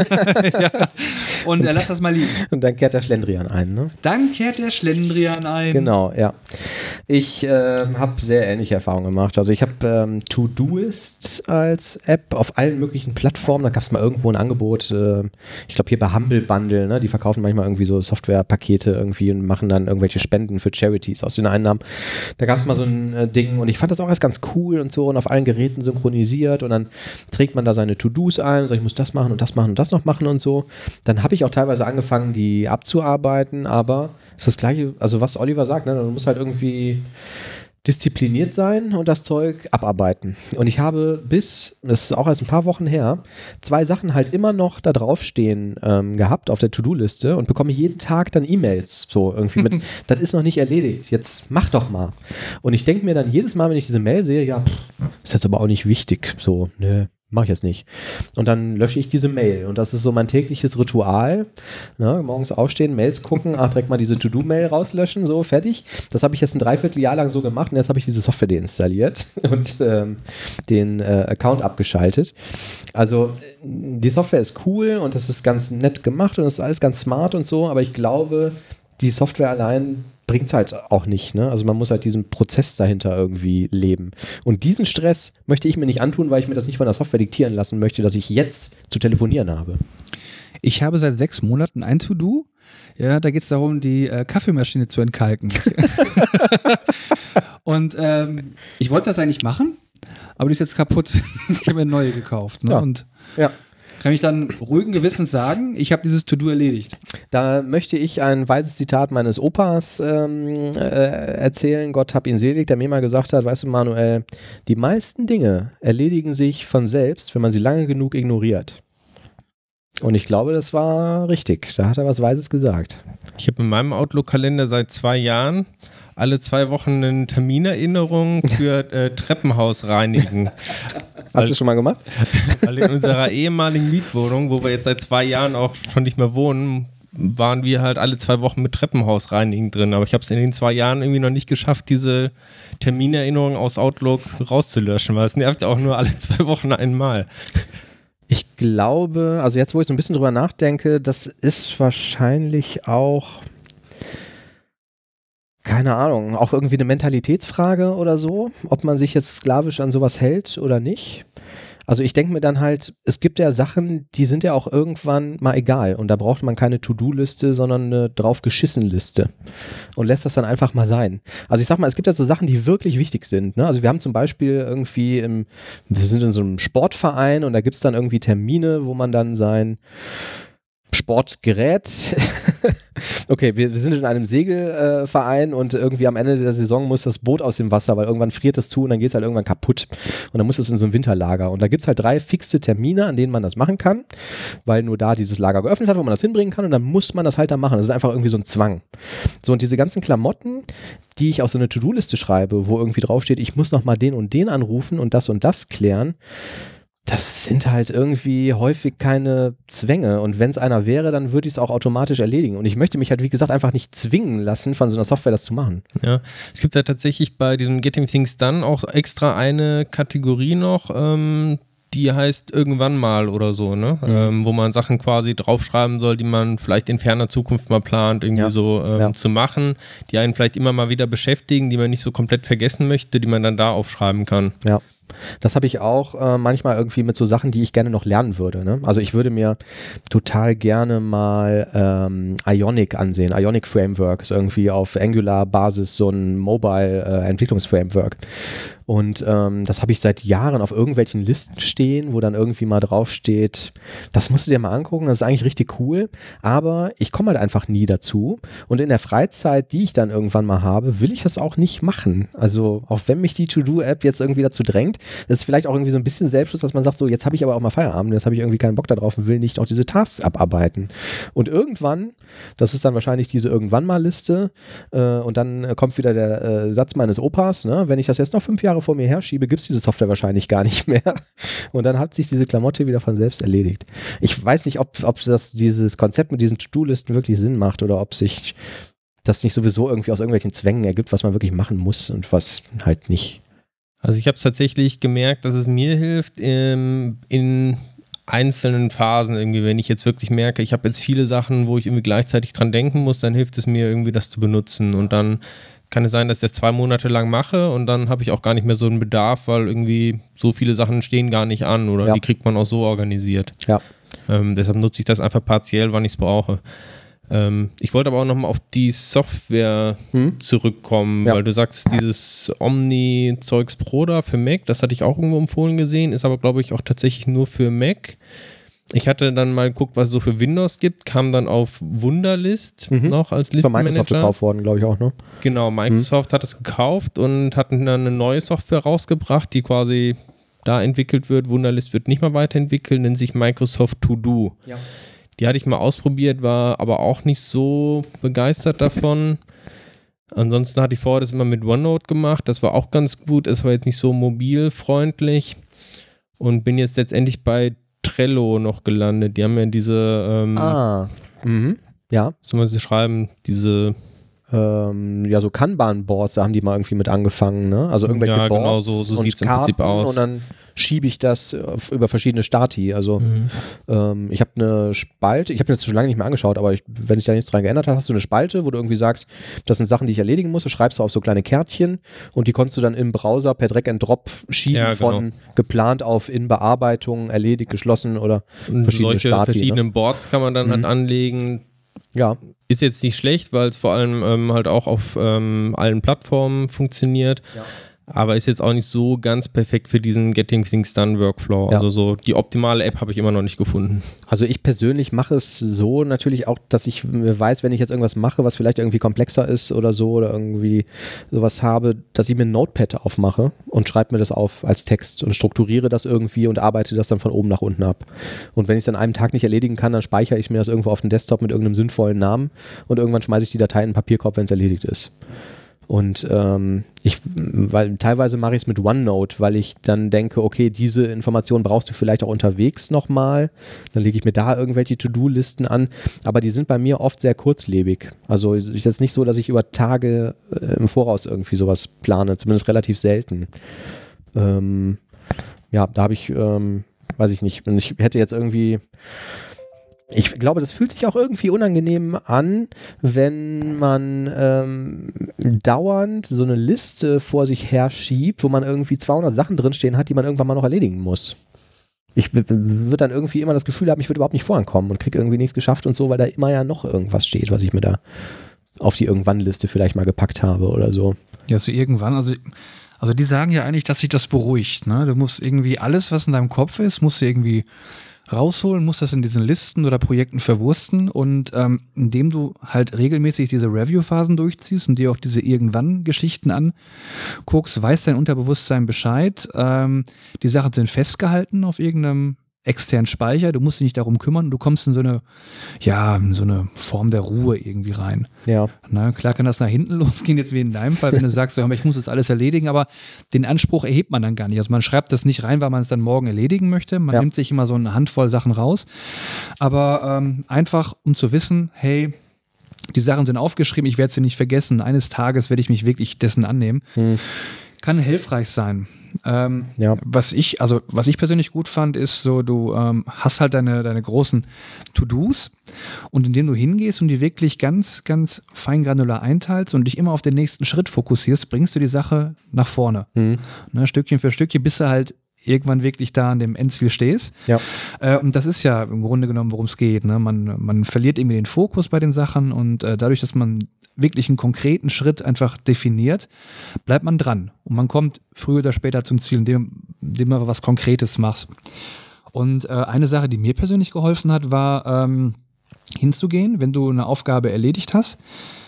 Und lass das mal liegen. Und dann kehrt der Schlendrian ein, ne? Dann kehrt der Schlendrian ein. Genau, ja. Ich habe sehr ähnliche Erfahrungen gemacht. Also ich habe Todoist als App auf allen möglichen Plattformen. Da gab es mal irgendwo ein Angebot, ich glaube hier bei Humble Bundle, ne? Die verkaufen manchmal irgendwie so Softwarepakete irgendwie und machen dann irgendwelche Spenden für Charities aus den Einnahmen. Da gab es mal so ein Ding, und ich fand das auch erst ganz cool und so, und auf allen Geräten synchronisiert, und dann trägt man da seine To-Dos ein, so ich muss das machen und das machen und das noch machen und so. Dann habe ich auch teilweise angefangen, die abzuarbeiten, aber es ist das Gleiche, also was Oliver sagt, ne? Du musst halt irgendwie diszipliniert sein und das Zeug abarbeiten. Und ich habe das ist auch erst ein paar Wochen her, 2 Sachen halt immer noch da draufstehen gehabt auf der To-Do-Liste und bekomme jeden Tag dann E-Mails, so irgendwie mit, das ist noch nicht erledigt, jetzt mach doch mal. Und ich denke mir dann jedes Mal, wenn ich diese Mail sehe, ja, ist jetzt aber auch nicht wichtig, so, ne. Mach ich jetzt nicht. Und dann lösche ich diese Mail. Und das ist so mein tägliches Ritual. Ne? Morgens aufstehen, Mails gucken, direkt mal diese To-Do-Mail rauslöschen, so, fertig. Das habe ich jetzt ein Dreivierteljahr lang so gemacht und jetzt habe ich diese Software deinstalliert und den Account abgeschaltet. Also die Software ist cool und das ist ganz nett gemacht und das ist alles ganz smart und so, aber ich glaube, die Software allein bringt es halt auch nicht, ne? Also man muss halt diesen Prozess dahinter irgendwie leben. Und diesen Stress möchte ich mir nicht antun, weil ich mir das nicht von der Software diktieren lassen möchte, dass ich jetzt zu telefonieren habe. Ich habe seit 6 Monaten ein To-Do. Ja, da geht es darum, die Kaffeemaschine zu entkalken. Und ich wollte das eigentlich machen, aber die ist jetzt kaputt. Ich habe mir eine neue gekauft. Ne? Ja. Und ja. kann ich dann ruhigen Gewissens sagen, ich habe dieses To-Do erledigt. Da möchte ich ein weises Zitat meines Opas erzählen, Gott hab ihn selig, der mir mal gesagt hat, weißt du Manuel, die meisten Dinge erledigen sich von selbst, wenn man sie lange genug ignoriert. Und ich glaube, das war richtig. Da hat er was Weises gesagt. Ich habe in meinem Outlook-Kalender seit 2 Jahren alle 2 Wochen eine Terminerinnerung für Treppenhaus reinigen. Hast du schon mal gemacht? Weil in unserer ehemaligen Mietwohnung, wo wir jetzt seit 2 Jahren auch schon nicht mehr wohnen, waren wir halt alle 2 Wochen mit Treppenhaus reinigen drin. Aber ich habe es in den 2 Jahren irgendwie noch nicht geschafft, diese Terminerinnerung aus Outlook rauszulöschen, weil es nervt ja auch nur alle 2 Wochen einmal. Ich glaube, also jetzt, wo ich so ein bisschen drüber nachdenke, das ist wahrscheinlich auch, keine Ahnung, auch irgendwie eine Mentalitätsfrage oder so, ob man sich jetzt sklavisch an sowas hält oder nicht. Also ich denke mir dann halt, es gibt ja Sachen, die sind ja auch irgendwann mal egal und da braucht man keine To-Do-Liste, sondern eine draufgeschissen-Liste und lässt das dann einfach mal sein. Also ich sag mal, es gibt ja so Sachen, die wirklich wichtig sind, ne? Also wir haben zum Beispiel irgendwie, wir sind in so einem Sportverein und da gibt es dann irgendwie Termine, wo man dann sein Sportgerät. Okay, wir sind in einem Segelverein und irgendwie am Ende der Saison muss das Boot aus dem Wasser, weil irgendwann friert es zu und dann geht es halt irgendwann kaputt. Und dann muss es in so ein Winterlager. Und da gibt es halt 3 fixe Termine, an denen man das machen kann, weil nur da dieses Lager geöffnet hat, wo man das hinbringen kann und dann muss man das halt da machen. Das ist einfach irgendwie so ein Zwang. So, und diese ganzen Klamotten, die ich auf so eine To-Do-Liste schreibe, wo irgendwie draufsteht, ich muss nochmal den und den anrufen und das klären, das sind halt irgendwie häufig keine Zwänge und wenn es einer wäre, dann würde ich es auch automatisch erledigen und ich möchte mich halt, wie gesagt, einfach nicht zwingen lassen, von so einer Software das zu machen. Ja, es gibt ja tatsächlich bei diesem Getting Things Done auch extra eine Kategorie noch, die heißt irgendwann mal oder so, ne? Wo man Sachen quasi draufschreiben soll, die man vielleicht in ferner Zukunft mal plant, irgendwie zu machen, die einen vielleicht immer mal wieder beschäftigen, die man nicht so komplett vergessen möchte, die man dann da aufschreiben kann. Ja. Das habe ich auch manchmal irgendwie mit so Sachen, die ich gerne noch lernen würde. Ne? Also ich würde mir total gerne mal Ionic ansehen. Ionic Framework ist irgendwie auf Angular-Basis so ein Mobile-Entwicklungsframework. Und das habe ich seit Jahren auf irgendwelchen Listen stehen, wo dann irgendwie mal draufsteht, das musst du dir mal angucken, das ist eigentlich richtig cool, aber ich komme halt einfach nie dazu. Und in der Freizeit, die ich dann irgendwann mal habe, will ich das auch nicht machen. Also auch wenn mich die To-Do-App jetzt irgendwie dazu drängt, das ist vielleicht auch irgendwie so ein bisschen Selbstschutz, dass man sagt, so jetzt habe ich aber auch mal Feierabend, jetzt habe ich irgendwie keinen Bock da drauf und will nicht auch diese Tasks abarbeiten. Und irgendwann, das ist dann wahrscheinlich diese Irgendwann-mal-Liste und dann kommt wieder der Satz meines Opas, ne? Wenn ich das jetzt noch 5 Jahre vor mir herschiebe, gibt es diese Software wahrscheinlich gar nicht mehr. Und dann hat sich diese Klamotte wieder von selbst erledigt. Ich weiß nicht, ob dieses Konzept mit diesen To-Do-Listen wirklich Sinn macht oder ob sich das nicht sowieso irgendwie aus irgendwelchen Zwängen ergibt, was man wirklich machen muss und was halt nicht. Also ich habe es tatsächlich gemerkt, dass es mir hilft, in einzelnen Phasen irgendwie, wenn ich jetzt wirklich merke, ich habe jetzt viele Sachen, wo ich irgendwie gleichzeitig dran denken muss, dann hilft es mir irgendwie, das zu benutzen und dann kann es sein, dass ich das 2 Monate lang mache und dann habe ich auch gar nicht mehr so einen Bedarf, weil irgendwie so viele Sachen stehen gar nicht an oder die kriegt man auch so organisiert. Ja. Deshalb nutze ich das einfach partiell, wann ich es brauche. Ich wollte aber auch nochmal auf die Software zurückkommen, weil du sagst, dieses Omni-Zeugs Pro da für Mac, das hatte ich auch irgendwo empfohlen gesehen, ist aber glaube ich auch tatsächlich nur für Mac. Ich hatte dann mal geguckt, was es so für Windows gibt, kam dann auf Wunderlist noch als Listenmanager. Von Microsoft gekauft worden, glaube ich auch, ne? Genau, Microsoft hat es gekauft und hat dann eine neue Software rausgebracht, die quasi da entwickelt wird. Wunderlist wird nicht mal weiterentwickelt, nennt sich Microsoft To Do. Ja. Die hatte ich mal ausprobiert, war aber auch nicht so begeistert davon. Ansonsten hatte ich vorher das immer mit OneNote gemacht, das war auch ganz gut, es war jetzt nicht so mobilfreundlich und bin jetzt letztendlich bei Trello noch gelandet. Die haben ja diese ja. soll man sie schreiben, diese so Kanban-Boards, da haben die mal irgendwie mit angefangen, ne? Also irgendwelche ja, genau, Boards so und sieht es im Karten Prinzip aus. Und dann schiebe ich das über verschiedene Stati. Also ich habe eine Spalte, ich habe mir das schon lange nicht mehr angeschaut, aber wenn sich da nichts dran geändert hat, hast du eine Spalte, wo du irgendwie sagst, das sind Sachen, die ich erledigen muss, das schreibst du auf so kleine Kärtchen und die konntest du dann im Browser per Drag and Drop schieben von geplant auf in Bearbeitung, erledigt, geschlossen oder verschiedene Stati. Verschiedenen Boards kann man dann halt anlegen. Ja. Ist jetzt nicht schlecht, weil es vor allem halt auch auf allen Plattformen funktioniert. Ja. Aber ist jetzt auch nicht so ganz perfekt für diesen Getting Things Done Workflow. Ja. Also so die optimale App habe ich immer noch nicht gefunden. Also ich persönlich mache es so natürlich auch, dass ich weiß, wenn ich jetzt irgendwas mache, was vielleicht irgendwie komplexer ist oder so oder irgendwie sowas habe, dass ich mir ein Notepad aufmache und schreibe mir das auf als Text und strukturiere das irgendwie und arbeite das dann von oben nach unten ab. Und wenn ich es an einem Tag nicht erledigen kann, dann speichere ich mir das irgendwo auf den Desktop mit irgendeinem sinnvollen Namen und irgendwann schmeiße ich die Datei in den Papierkorb, wenn es erledigt ist. Und weil teilweise mache ich es mit OneNote, weil ich dann denke, okay, diese Informationen brauchst du vielleicht auch unterwegs nochmal. Dann lege ich mir da irgendwelche To-Do-Listen an, aber die sind bei mir oft sehr kurzlebig. Also es ist jetzt nicht so, dass ich über Tage im Voraus irgendwie sowas plane, zumindest relativ selten. Da habe ich, weiß ich nicht, ich hätte jetzt irgendwie... Ich glaube, das fühlt sich auch irgendwie unangenehm an, wenn man dauernd so eine Liste vor sich her schiebt, wo man irgendwie 200 Sachen drinstehen hat, die man irgendwann mal noch erledigen muss. Ich würde dann irgendwie immer das Gefühl haben, ich würde überhaupt nicht vorankommen und kriege irgendwie nichts geschafft und so, weil da immer ja noch irgendwas steht, was ich mir da auf die Irgendwann-Liste vielleicht mal gepackt habe oder so. Ja, so irgendwann, also die sagen ja eigentlich, dass sich das beruhigt, ne? Du musst irgendwie alles, was in deinem Kopf ist, musst du irgendwie rausholen, musst das in diesen Listen oder Projekten verwursten und indem du halt regelmäßig diese Review-Phasen durchziehst und dir auch diese Irgendwann-Geschichten anguckst, weiß dein Unterbewusstsein Bescheid. Die Sachen sind festgehalten auf irgendeinem externen Speicher, du musst dich nicht darum kümmern, du kommst in so eine Form der Ruhe irgendwie rein. Ja. Na, klar kann das nach hinten losgehen, jetzt wie in deinem Fall, wenn du sagst, ich muss das alles erledigen, aber den Anspruch erhebt man dann gar nicht. Also man schreibt das nicht rein, weil man es dann morgen erledigen möchte. Man nimmt sich immer so eine Handvoll Sachen raus. Aber einfach, um zu wissen, hey, die Sachen sind aufgeschrieben, ich werde sie nicht vergessen. Eines Tages werde ich mich wirklich dessen annehmen. Kann hilfreich sein. Was ich persönlich gut fand, ist so, du hast halt deine großen To-Dos und indem du hingehst und die wirklich ganz, ganz fein granular einteilst und dich immer auf den nächsten Schritt fokussierst, bringst du die Sache nach vorne. Ne, Stückchen für Stückchen, bis du halt irgendwann wirklich da an dem Endziel stehst. Ja. Und das ist ja im Grunde genommen, worum es geht. Ne? Man verliert irgendwie den Fokus bei den Sachen und dadurch, dass man wirklich einen konkreten Schritt einfach definiert, bleibt man dran. Und man kommt früher oder später zum Ziel, indem man was Konkretes macht. Und eine Sache, die mir persönlich geholfen hat, war hinzugehen, wenn du eine Aufgabe erledigt hast,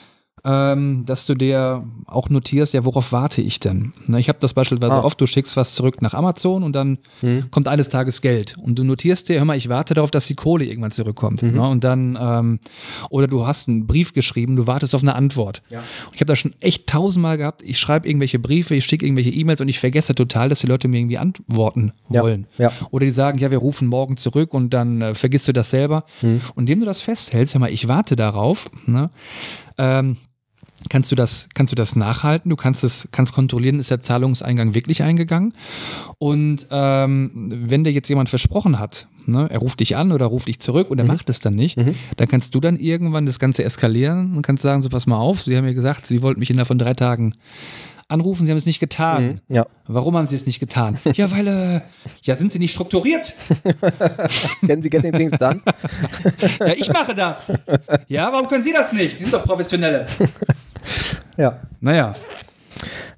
dass du dir auch notierst, ja, worauf warte ich denn? Na, ich habe das beispielsweise oft, du schickst was zurück nach Amazon und dann kommt eines Tages Geld und du notierst dir, hör mal, ich warte darauf, dass die Kohle irgendwann zurückkommt. Na, und dann, oder du hast einen Brief geschrieben, du wartest auf eine Antwort. Ja. Und ich habe das schon echt 1000-mal gehabt, ich schreibe irgendwelche Briefe, ich schicke irgendwelche E-Mails und ich vergesse total, dass die Leute mir irgendwie antworten wollen. Ja. Oder die sagen, ja, wir rufen morgen zurück und dann vergisst du das selber. Und indem du das festhältst, hör mal, ich warte darauf, ne, kannst du das nachhalten, du kannst kontrollieren, ist der Zahlungseingang wirklich eingegangen und wenn dir jetzt jemand versprochen hat, ne, er ruft dich an oder ruft dich zurück und er macht es dann nicht, dann kannst du dann irgendwann das Ganze eskalieren und kannst sagen, so pass mal auf, Sie haben mir gesagt, Sie wollten mich innerhalb von 3 Tagen anrufen, Sie haben es nicht getan. Ja. Warum haben Sie es nicht getan? Ja, weil, sind Sie nicht strukturiert? Kennen Sie Getting Things Done? Ja, ich mache das. Ja, warum können Sie das nicht? Sie sind doch Professionelle. Ja. Naja.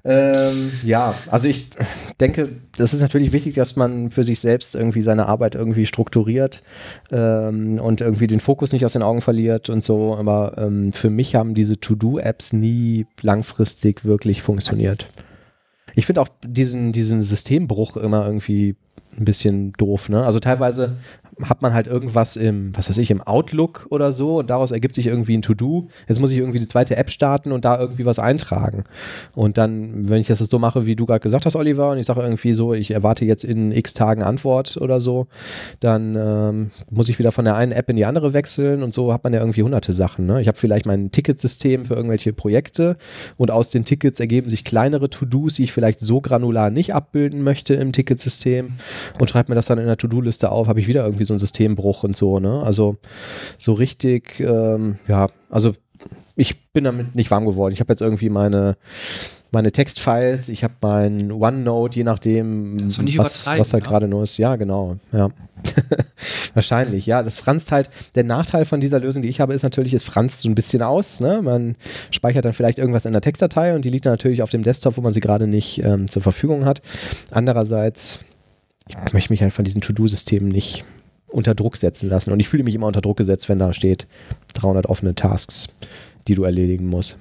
Ja, also ich denke, das ist natürlich wichtig, dass man für sich selbst irgendwie seine Arbeit irgendwie strukturiert und irgendwie den Fokus nicht aus den Augen verliert und so. Aber für mich haben diese To-Do-Apps nie langfristig wirklich funktioniert. Ich finde auch diesen Systembruch immer irgendwie ein bisschen doof, ne? Also teilweise hat man halt irgendwas im Outlook oder so und daraus ergibt sich irgendwie ein To-Do. Jetzt muss ich irgendwie die zweite App starten und da irgendwie was eintragen. Und dann, wenn ich das so mache, wie du gerade gesagt hast, Oliver, und ich sage irgendwie so, ich erwarte jetzt in x Tagen Antwort oder so, dann muss ich wieder von der einen App in die andere wechseln und so hat man ja irgendwie hunderte Sachen, ne? Ich habe vielleicht mein Ticketsystem für irgendwelche Projekte und aus den Tickets ergeben sich kleinere To-Dos, die ich vielleicht so granular nicht abbilden möchte im Ticketsystem und schreibe mir das dann in der To-Do-Liste auf, habe ich wieder irgendwie so einen Systembruch und so, ne? Also so richtig, ja, also ich bin damit nicht warm geworden. Ich habe jetzt irgendwie meine Textfiles, ich habe mein OneNote, je nachdem, was halt gerade nur ist. Ja, genau, ja. Wahrscheinlich, ja. Das franzt halt, der Nachteil von dieser Lösung, die ich habe, ist natürlich, es franzt so ein bisschen aus, ne? Man speichert dann vielleicht irgendwas in der Textdatei und die liegt dann natürlich auf dem Desktop, wo man sie gerade nicht zur Verfügung hat. Andererseits, ich möchte mich halt von diesen To-Do-Systemen nicht unter Druck setzen lassen. Und ich fühle mich immer unter Druck gesetzt, wenn da steht 300 offene Tasks, die du erledigen musst.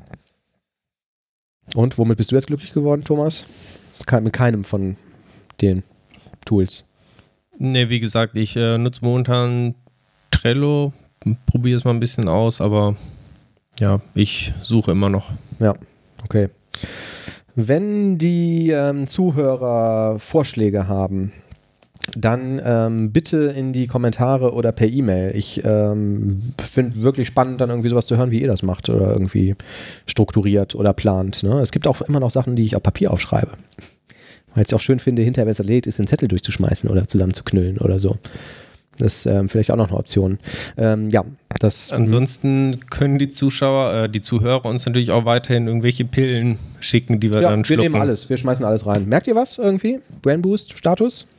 Und womit bist du jetzt glücklich geworden, Thomas? Mit keinem von den Tools. Ne, wie gesagt, ich nutze momentan Trello, probiere es mal ein bisschen aus, aber ja, ich suche immer noch. Ja, okay. Wenn die Zuhörer Vorschläge haben, dann bitte in die Kommentare oder per E-Mail. Ich finde wirklich spannend, dann irgendwie sowas zu hören, wie ihr das macht oder irgendwie strukturiert oder plant. Ne? Es gibt auch immer noch Sachen, die ich auf Papier aufschreibe. Weil ich es auch schön finde, hinterher, wenn es erledigt ist, den Zettel durchzuschmeißen oder zusammenzuknüllen oder so. Das ist vielleicht auch noch eine Option. Ja, das. Ansonsten können die Zuhörer uns natürlich auch weiterhin irgendwelche Pillen schicken, die wir dann schlucken. Wir nehmen alles, wir schmeißen alles rein. Merkt ihr was irgendwie? Brain Boost, Status?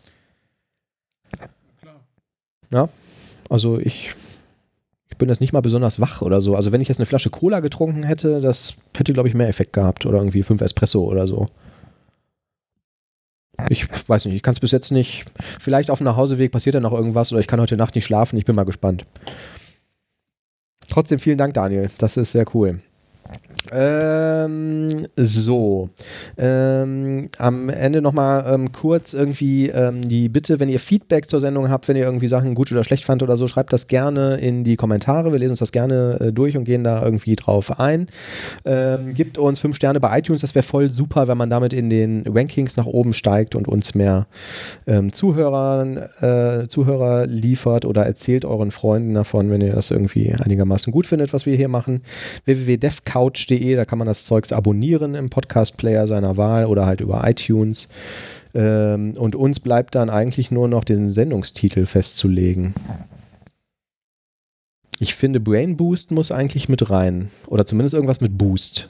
Klar. Ja, also ich bin jetzt nicht mal besonders wach oder so. Also wenn ich jetzt eine Flasche Cola getrunken hätte, das hätte, glaube ich, mehr Effekt gehabt. Oder irgendwie 5 Espresso oder so. Ich weiß nicht, ich kann es bis jetzt nicht. Vielleicht auf dem Nachhauseweg passiert ja noch irgendwas oder ich kann heute Nacht nicht schlafen. Ich bin mal gespannt. Trotzdem vielen Dank, Daniel. Das ist sehr cool. Am Ende nochmal kurz irgendwie die Bitte, wenn ihr Feedback zur Sendung habt, wenn ihr irgendwie Sachen gut oder schlecht fandet oder so, schreibt das gerne in die Kommentare. Wir lesen uns das gerne durch und gehen da irgendwie drauf ein. Gibt uns 5 Sterne bei iTunes, das wäre voll super, wenn man damit in den Rankings nach oben steigt und uns mehr Zuhörer liefert oder erzählt euren Freunden davon, wenn ihr das irgendwie einigermaßen gut findet, was wir hier machen. www.devcouch.de, da kann man das Zeugs abonnieren im Podcast-Player seiner Wahl oder halt über iTunes. Und uns bleibt dann eigentlich nur noch den Sendungstitel festzulegen. Ich finde, Brain Boost muss eigentlich mit rein. Oder zumindest irgendwas mit Boost.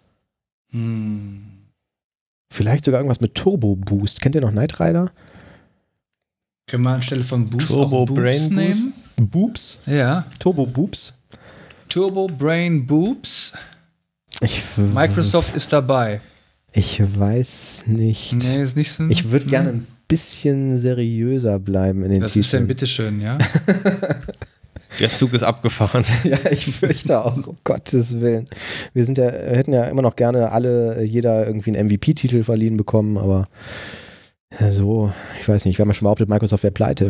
Vielleicht sogar irgendwas mit Turbo Boost. Kennt ihr noch Knight Rider? Können wir anstelle von Boost Turbo auch Boobs Brain nehmen? Boobs? Ja. Turbo Boobs? Turbo Brain Boobs. Microsoft ist dabei. Ich weiß nicht. Nee, ist nicht so. Ich würde gerne ein bisschen seriöser bleiben in den Was Titeln. ist denn bitteschön, ja? Der Zug ist abgefahren. Ja, ich fürchte auch, um Gottes Willen. Wir hätten ja immer noch gerne jeder irgendwie einen MVP-Titel verliehen bekommen, aber so, ich weiß nicht, wir haben ja schon behauptet, Microsoft wäre pleite.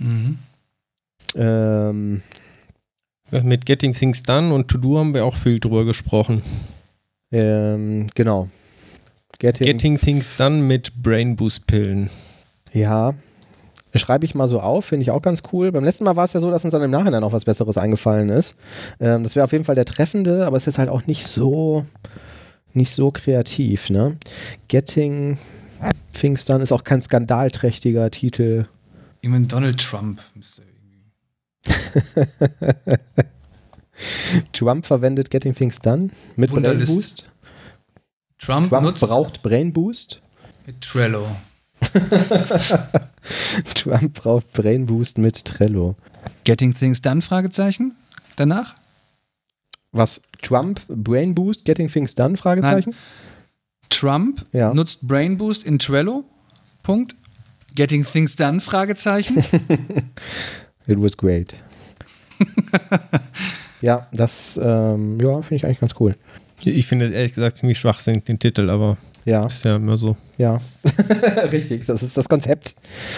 Mit Getting Things Done und To-Do haben wir auch viel drüber gesprochen. Genau. Getting Things Done mit Brain Boost Pillen. Ja, schreibe ich mal so auf, finde ich auch ganz cool. Beim letzten Mal war es ja so, dass uns dann im Nachhinein auch was Besseres eingefallen ist. Das wäre auf jeden Fall der treffende, aber es ist halt auch nicht so kreativ, ne? Getting Things Done ist auch kein skandalträchtiger Titel. Ich meine, Donald Trump müsste irgendwie. Trump verwendet Getting Things Done mit Brain Boost. Trump braucht Brain Boost. Mit Trello. Trump braucht Brain Boost mit Trello. Getting Things Done? Fragezeichen. Danach? Was? Trump, Brain Boost, Getting Things Done? Fragezeichen? Trump Ja. nutzt Brain Boost in Trello. Punkt. Getting things done? Fragezeichen. It was great. Ja, das finde ich eigentlich ganz cool. Ich finde ehrlich gesagt ziemlich schwachsinnig den Titel, aber Ja, ist ja immer so. ja. Richtig, das ist das Konzept.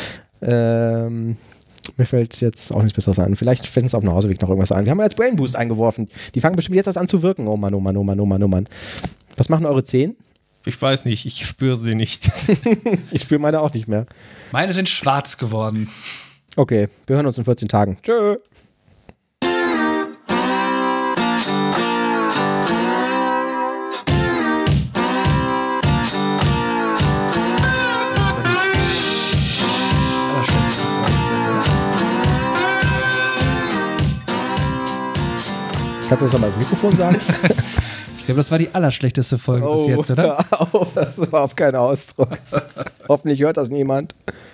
Mir fällt jetzt auch nichts Besseres ein. Vielleicht fällt uns auf dem Nachhauseweg noch irgendwas ein. Wir haben ja jetzt Brain Boost eingeworfen. Die fangen bestimmt jetzt erst an zu wirken. Oh Mann, oh Mann, oh Mann, oh Mann, oh Mann. Was machen eure Zehen? Ich weiß nicht, ich spüre sie nicht. Ich spüre meine auch nicht mehr. Meine sind schwarz geworden. Okay, wir hören uns in 14 Tagen. Tschö. Allerschlechteste Folge bis jetzt, oder? Kannst du das nochmal ins Mikrofon sagen? Ich glaube, das war die allerschlechteste Folge bis jetzt, oder? Hör auf, das ist überhaupt kein Ausdruck. Hoffentlich hört das niemand.